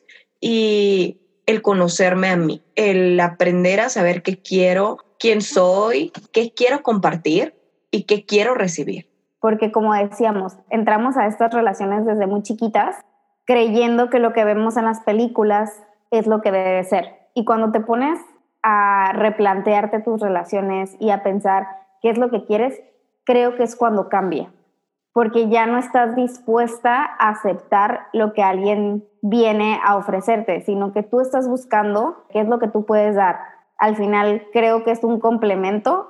y el conocerme a mí, el aprender a saber qué quiero, quién soy, qué quiero compartir y qué quiero recibir. Porque como decíamos, entramos a estas relaciones desde muy chiquitas creyendo que lo que vemos en las películas es lo que debe ser. Y cuando te pones a replantearte tus relaciones y a pensar qué es lo que quieres, creo que es cuando cambia. Porque ya no estás dispuesta a aceptar lo que alguien viene a ofrecerte, sino que tú estás buscando qué es lo que tú puedes dar. Al final creo que es un complemento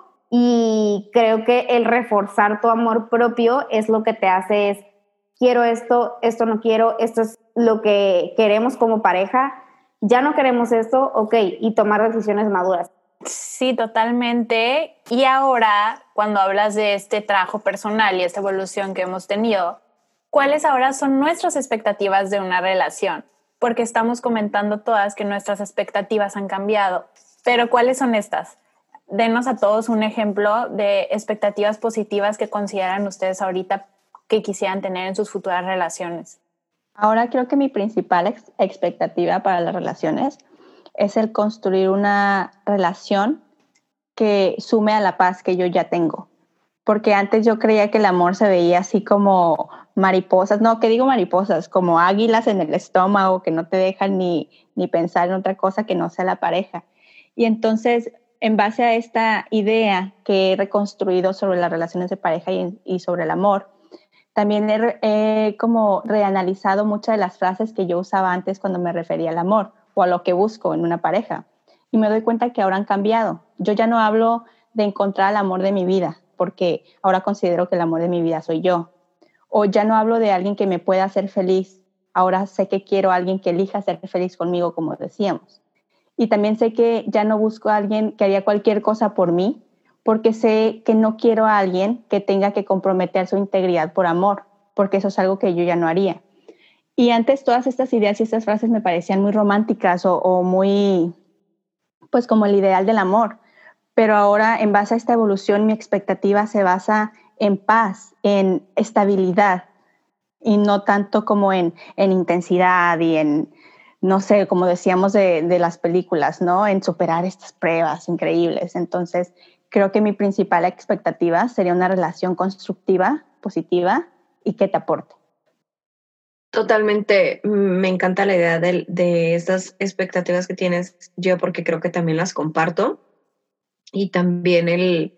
y creo que el reforzar tu amor propio es lo que te hace es, quiero esto, esto no quiero, esto es lo que queremos como pareja, ya no queremos esto, ok, y tomar decisiones maduras. Sí, totalmente. Y ahora, cuando hablas de este trabajo personal y esta evolución que hemos tenido, ¿cuáles ahora son nuestras expectativas de una relación? Porque estamos comentando todas que nuestras expectativas han cambiado, pero ¿cuáles son estas? Denos a todos un ejemplo de expectativas positivas que consideran ustedes ahorita que quisieran tener en sus futuras relaciones. Ahora creo que mi principal expectativa para las relaciones es el construir una relación que sume a la paz que yo ya tengo. Porque antes yo creía que el amor se veía así como mariposas, no, ¿qué digo mariposas? Como águilas en el estómago que no te dejan ni pensar en otra cosa que no sea la pareja. Y entonces, en base a esta idea que he reconstruido sobre las relaciones de pareja y sobre el amor, también he como reanalizado muchas de las frases que yo usaba antes cuando me refería al amor o a lo que busco en una pareja. Y me doy cuenta que ahora han cambiado. Yo ya no hablo de encontrar el amor de mi vida, porque ahora considero que el amor de mi vida soy yo. O ya no hablo de alguien que me pueda hacer feliz. Ahora sé que quiero a alguien que elija ser feliz conmigo, como decíamos. Y también sé que ya no busco a alguien que haría cualquier cosa por mí, porque sé que no quiero a alguien que tenga que comprometer su integridad por amor, porque eso es algo que yo ya no haría. Y antes todas estas ideas y estas frases me parecían muy románticas o muy pues como el ideal del amor. Pero ahora, en base a esta evolución, mi expectativa se basa en paz, en estabilidad, y no tanto como en intensidad y en, no sé, como decíamos de las películas, ¿no? En superar estas pruebas increíbles. Entonces, creo que mi principal expectativa sería una relación constructiva, positiva y que te aporte. Totalmente, me encanta la idea de estas expectativas que tienes yo, porque creo que también las comparto. Y también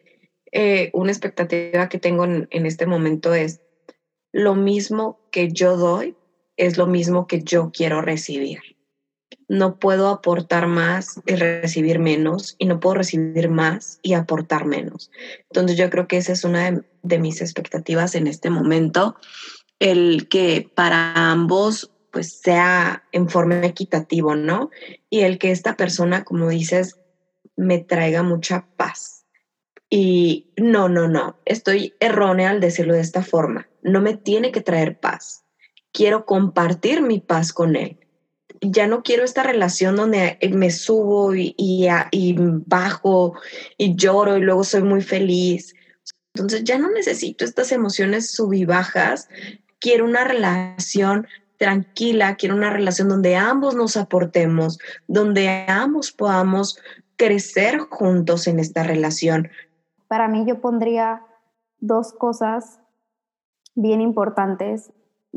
una expectativa que tengo en este momento es lo mismo que yo doy, es lo mismo que yo quiero recibir. No puedo aportar más y recibir menos, y no puedo recibir más y aportar menos. Entonces yo creo que esa es una de mis expectativas en este momento, el que para ambos pues sea en forma equitativo, ¿no? Y el que esta persona, como dices, me traiga mucha paz. Y no, estoy errónea al decirlo de esta forma. No me tiene que traer paz. Quiero compartir mi paz con él. Ya no quiero esta relación donde me subo y bajo y lloro y luego soy muy feliz. Entonces ya no necesito estas emociones sub y bajas. Quiero una relación tranquila, quiero una relación donde ambos nos aportemos, donde ambos podamos crecer juntos en esta relación. Para mí yo pondría dos cosas bien importantes,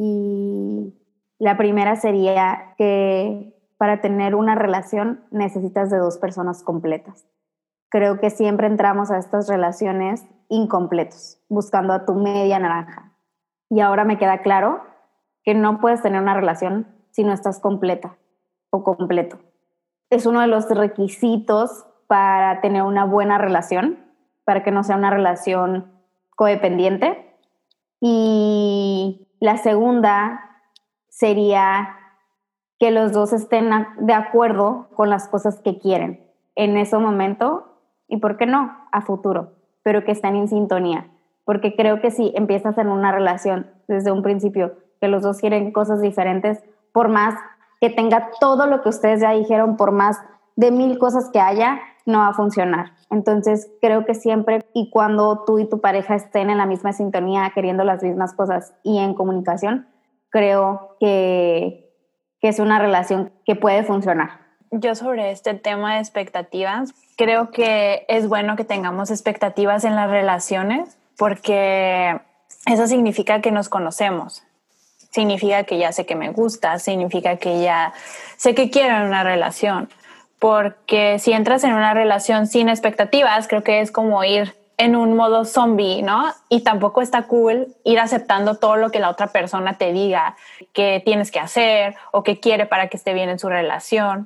y la primera sería que para tener una relación necesitas de dos personas completas. Creo que siempre entramos a estas relaciones incompletos, buscando a tu media naranja. Y ahora me queda claro que no puedes tener una relación si no estás completa o completo. Es uno de los requisitos para tener una buena relación, para que no sea una relación codependiente. Y la segunda sería que los dos estén de acuerdo con las cosas que quieren en ese momento, y por qué no, a futuro, pero que estén en sintonía. Porque creo que si empiezas en una relación desde un principio que los dos quieren cosas diferentes, por más que tenga todo lo que ustedes ya dijeron, por más de 1000 cosas que haya, no va a funcionar. Entonces creo que siempre y cuando tú y tu pareja estén en la misma sintonía, queriendo las mismas cosas y en comunicación, creo que es una relación que puede funcionar. Yo sobre este tema de expectativas, creo que es bueno que tengamos expectativas en las relaciones, porque eso significa que nos conocemos, significa que ya sé que me gusta, significa que ya sé que quiero en una relación. Porque si entras en una relación sin expectativas, creo que es como ir en un modo zombie, ¿no? Y tampoco está cool ir aceptando todo lo que la otra persona te diga que tienes que hacer o que quiere para que esté bien en su relación.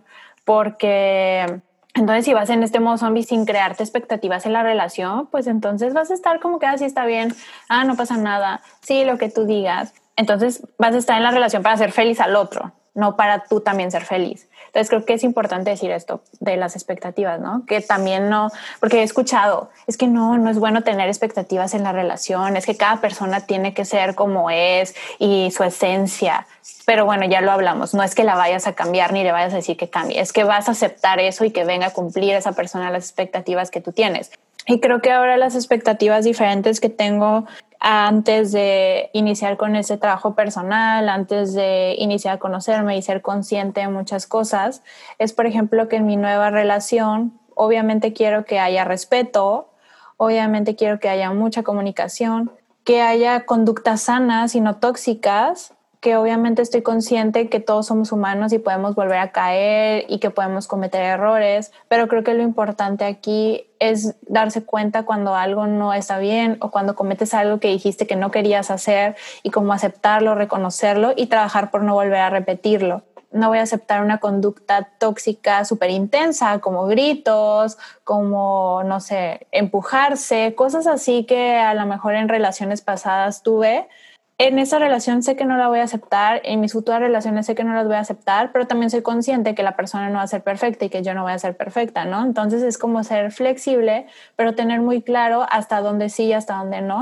Porque entonces si vas en este modo zombie sin crearte expectativas en la relación, pues entonces vas a estar como que así está bien, no pasa nada, sí, lo que tú digas. Entonces vas a estar en la relación para hacer feliz al otro, no para tú también ser feliz. Entonces creo que es importante decir esto de las expectativas, ¿no? Que también no, porque he escuchado, es que no es bueno tener expectativas en la relación, es que cada persona tiene que ser como es y su esencia. Pero bueno, ya lo hablamos, no es que la vayas a cambiar ni le vayas a decir que cambie, es que vas a aceptar eso y que venga a cumplir esa persona las expectativas que tú tienes. Y creo que ahora las expectativas diferentes que tengo antes de iniciar con ese trabajo personal, antes de iniciar a conocerme y ser consciente de muchas cosas, es, por ejemplo, que en mi nueva relación, obviamente quiero que haya respeto, obviamente quiero que haya mucha comunicación, que haya conductas sanas y no tóxicas, que obviamente estoy consciente que todos somos humanos y podemos volver a caer y que podemos cometer errores, pero creo que lo importante aquí es darse cuenta cuando algo no está bien o cuando cometes algo que dijiste que no querías hacer, y cómo aceptarlo, reconocerlo y trabajar por no volver a repetirlo. No voy a aceptar una conducta tóxica súper intensa, como gritos, como, no sé, empujarse, cosas así que a lo mejor en relaciones pasadas tuve. En esa relación sé que no la voy a aceptar, en mis futuras relaciones sé que no las voy a aceptar, pero también soy consciente que la persona no va a ser perfecta y que yo no voy a ser perfecta, ¿no? Entonces es como ser flexible, pero tener muy claro hasta dónde sí y hasta dónde no.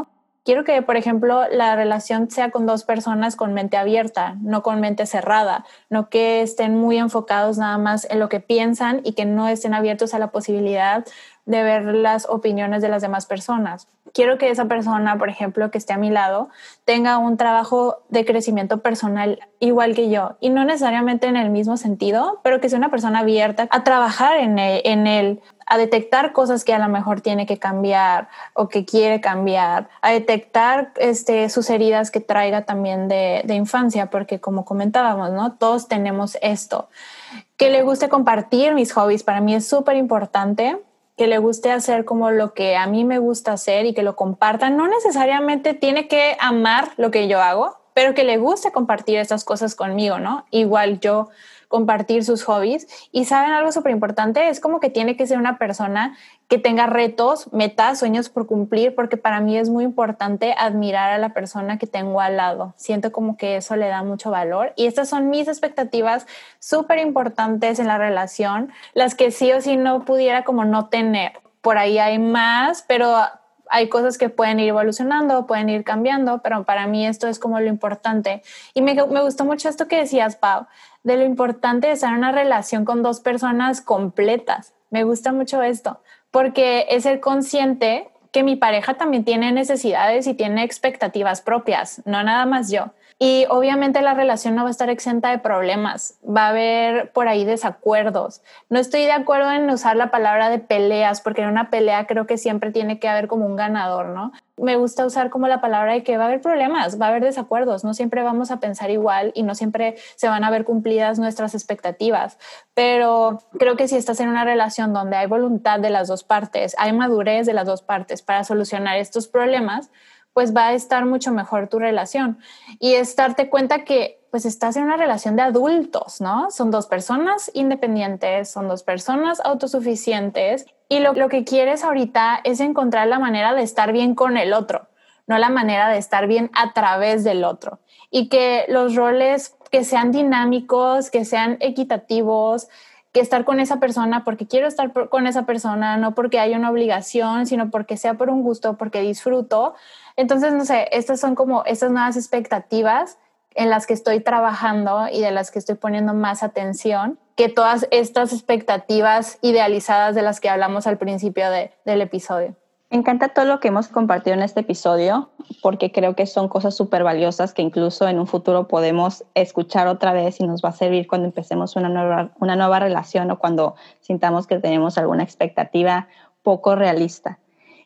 Quiero que, por ejemplo, la relación sea con dos personas con mente abierta, no con mente cerrada, no que estén muy enfocados nada más en lo que piensan y que no estén abiertos a la posibilidad de ver las opiniones de las demás personas. Quiero que esa persona, por ejemplo, que esté a mi lado, tenga un trabajo de crecimiento personal igual que yo, y no necesariamente en el mismo sentido, pero que sea una persona abierta a trabajar en él, a detectar cosas que a lo mejor tiene que cambiar o que quiere cambiar, a detectar sus heridas que traiga también de infancia, porque como comentábamos, ¿no? Todos tenemos esto. Que le guste compartir mis hobbies, para mí es súper importante. Que le guste hacer como lo que a mí me gusta hacer y que lo compartan. No necesariamente tiene que amar lo que yo hago, pero que le guste compartir estas cosas conmigo, ¿no? Igual yo compartir sus hobbies. Y ¿saben algo súper importante? Es como que tiene que ser una persona que tenga retos, metas, sueños por cumplir, porque para mí es muy importante admirar a la persona que tengo al lado. Siento como que eso le da mucho valor. Y estas son mis expectativas súper importantes en la relación, las que sí o sí no pudiera como no tener. Por ahí hay más, pero hay cosas que pueden ir evolucionando, pueden ir cambiando, pero para mí esto es como lo importante. Y me gustó mucho esto que decías, Pau, de lo importante de estar en una relación con dos personas completas. Me gusta mucho esto, porque es ser consciente que mi pareja también tiene necesidades y tiene expectativas propias, no nada más yo. Y obviamente la relación no va a estar exenta de problemas, va a haber por ahí desacuerdos. No estoy de acuerdo en usar la palabra de peleas, porque en una pelea creo que siempre tiene que haber como un ganador, ¿no? Me gusta usar como la palabra de que va a haber problemas, va a haber desacuerdos, no siempre vamos a pensar igual y no siempre se van a ver cumplidas nuestras expectativas, pero creo que si estás en una relación donde hay voluntad de las dos partes, hay madurez de las dos partes para solucionar estos problemas, pues va a estar mucho mejor tu relación. Y es darte cuenta que pues estás en una relación de adultos, ¿no? Son dos personas independientes, son dos personas autosuficientes, y lo que quieres ahorita es encontrar la manera de estar bien con el otro, no la manera de estar bien a través del otro. Y que los roles que sean dinámicos, que sean equitativos, que estar con esa persona porque quiero estar con esa persona, no porque hay una obligación, sino porque sea por un gusto, porque disfruto. Entonces, no sé, estas son como estas nuevas expectativas en las que estoy trabajando y de las que estoy poniendo más atención que todas estas expectativas idealizadas de las que hablamos al principio del episodio. Me encanta todo lo que hemos compartido en este episodio, porque creo que son cosas súper valiosas que incluso en un futuro podemos escuchar otra vez y nos va a servir cuando empecemos una nueva relación o cuando sintamos que tenemos alguna expectativa poco realista.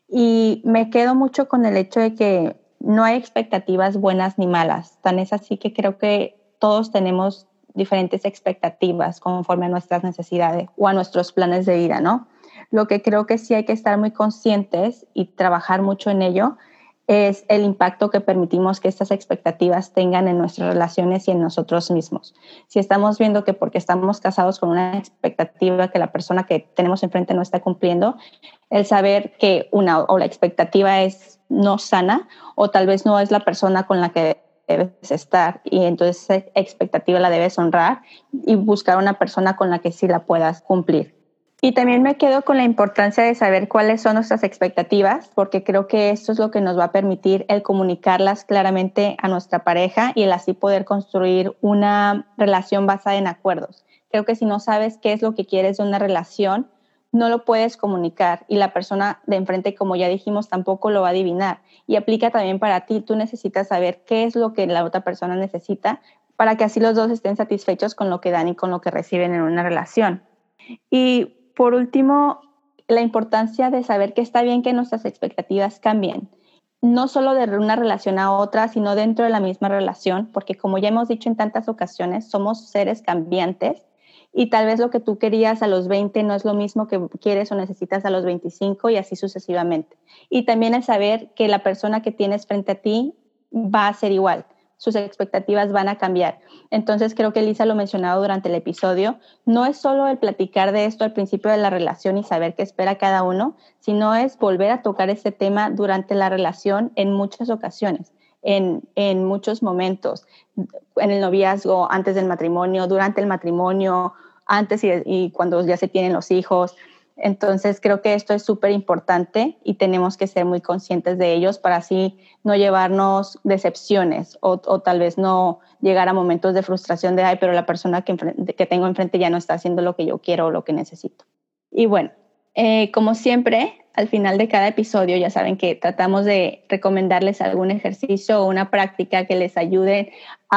Y me quedo mucho con el hecho de que no hay expectativas buenas ni malas. Tan es así que creo que todos tenemos diferentes expectativas conforme a nuestras necesidades o a nuestros planes de vida, ¿no? Lo que creo que sí hay que estar muy conscientes y trabajar mucho en ello es el impacto que permitimos que estas expectativas tengan en nuestras relaciones y en nosotros mismos. Si estamos viendo que porque estamos casados con una expectativa que la persona que tenemos enfrente no está cumpliendo, el saber que o la expectativa es no sana o tal vez no es la persona con la que debes estar, y entonces esa expectativa la debes honrar y buscar una persona con la que sí la puedas cumplir. Y también me quedo con la importancia de saber cuáles son nuestras expectativas, porque creo que esto es lo que nos va a permitir el comunicarlas claramente a nuestra pareja y el así poder construir una relación basada en acuerdos. Creo que si no sabes qué es lo que quieres de una relación, no lo puedes comunicar y la persona de enfrente, como ya dijimos, tampoco lo va a adivinar. Y aplica también para ti. Tú necesitas saber qué es lo que la otra persona necesita para que así los dos estén satisfechos con lo que dan y con lo que reciben en una relación. Y por último, la importancia de saber que está bien que nuestras expectativas cambien, no solo de una relación a otra, sino dentro de la misma relación, porque como ya hemos dicho en tantas ocasiones, somos seres cambiantes y tal vez lo que tú querías a los 20 no es lo mismo que quieres o necesitas a los 25 y así sucesivamente. Y también el saber que la persona que tienes frente a ti va a ser igual. Sus expectativas van a cambiar. Entonces creo que Lisa lo mencionaba durante el episodio, no es solo el platicar de esto al principio de la relación y saber qué espera cada uno, sino es volver a tocar este tema durante la relación en muchas ocasiones, en muchos momentos, en el noviazgo, antes del matrimonio, durante el matrimonio, antes y cuando ya se tienen los hijos. Entonces creo que esto es súper importante y tenemos que ser muy conscientes de ellos para así no llevarnos decepciones o tal vez no llegar a momentos de frustración de, ay, pero la persona que tengo enfrente ya no está haciendo lo que yo quiero o lo que necesito. Y bueno, como siempre, al final de cada episodio ya saben que tratamos de recomendarles algún ejercicio o una práctica que les ayude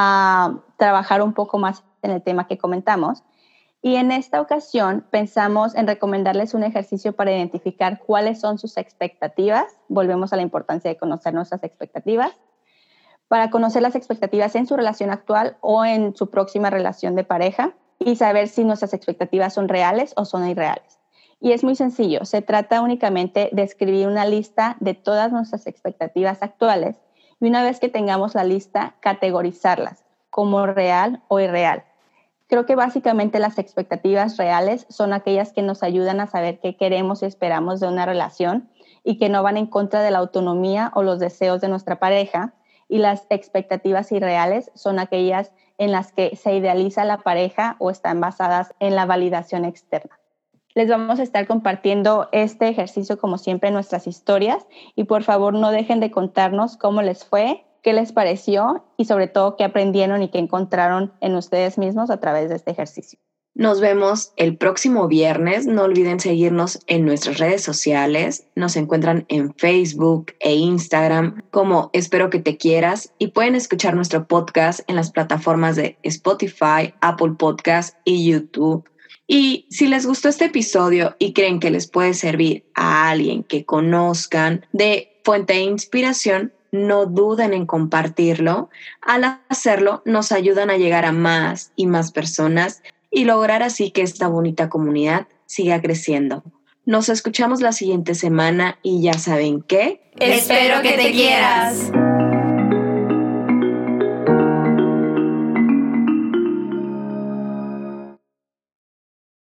a trabajar un poco más en el tema que comentamos. Y en esta ocasión pensamos en recomendarles un ejercicio para identificar cuáles son sus expectativas. Volvemos a la importancia de conocer nuestras expectativas. Para conocer las expectativas en su relación actual o en su próxima relación de pareja y saber si nuestras expectativas son reales o son irreales. Y es muy sencillo. Se trata únicamente de escribir una lista de todas nuestras expectativas actuales y una vez que tengamos la lista, categorizarlas como real o irreal. Creo que básicamente las expectativas reales son aquellas que nos ayudan a saber qué queremos y esperamos de una relación y que no van en contra de la autonomía o los deseos de nuestra pareja. Y las expectativas irreales son aquellas en las que se idealiza la pareja o están basadas en la validación externa. Les vamos a estar compartiendo este ejercicio como siempre en nuestras historias y por favor no dejen de contarnos cómo les fue, qué les pareció y sobre todo qué aprendieron y qué encontraron en ustedes mismos a través de este ejercicio. Nos vemos el próximo viernes. No olviden seguirnos en nuestras redes sociales. Nos encuentran en Facebook e Instagram como Espero que te quieras y pueden escuchar nuestro podcast en las plataformas de Spotify, Apple Podcast y YouTube. Y si les gustó este episodio y creen que les puede servir a alguien que conozcan de fuente de inspiración, no duden en compartirlo. Al hacerlo, nos ayudan a llegar a más y más personas y lograr así que esta bonita comunidad siga creciendo. Nos escuchamos la siguiente semana y ya saben qué. Espero que te quieras.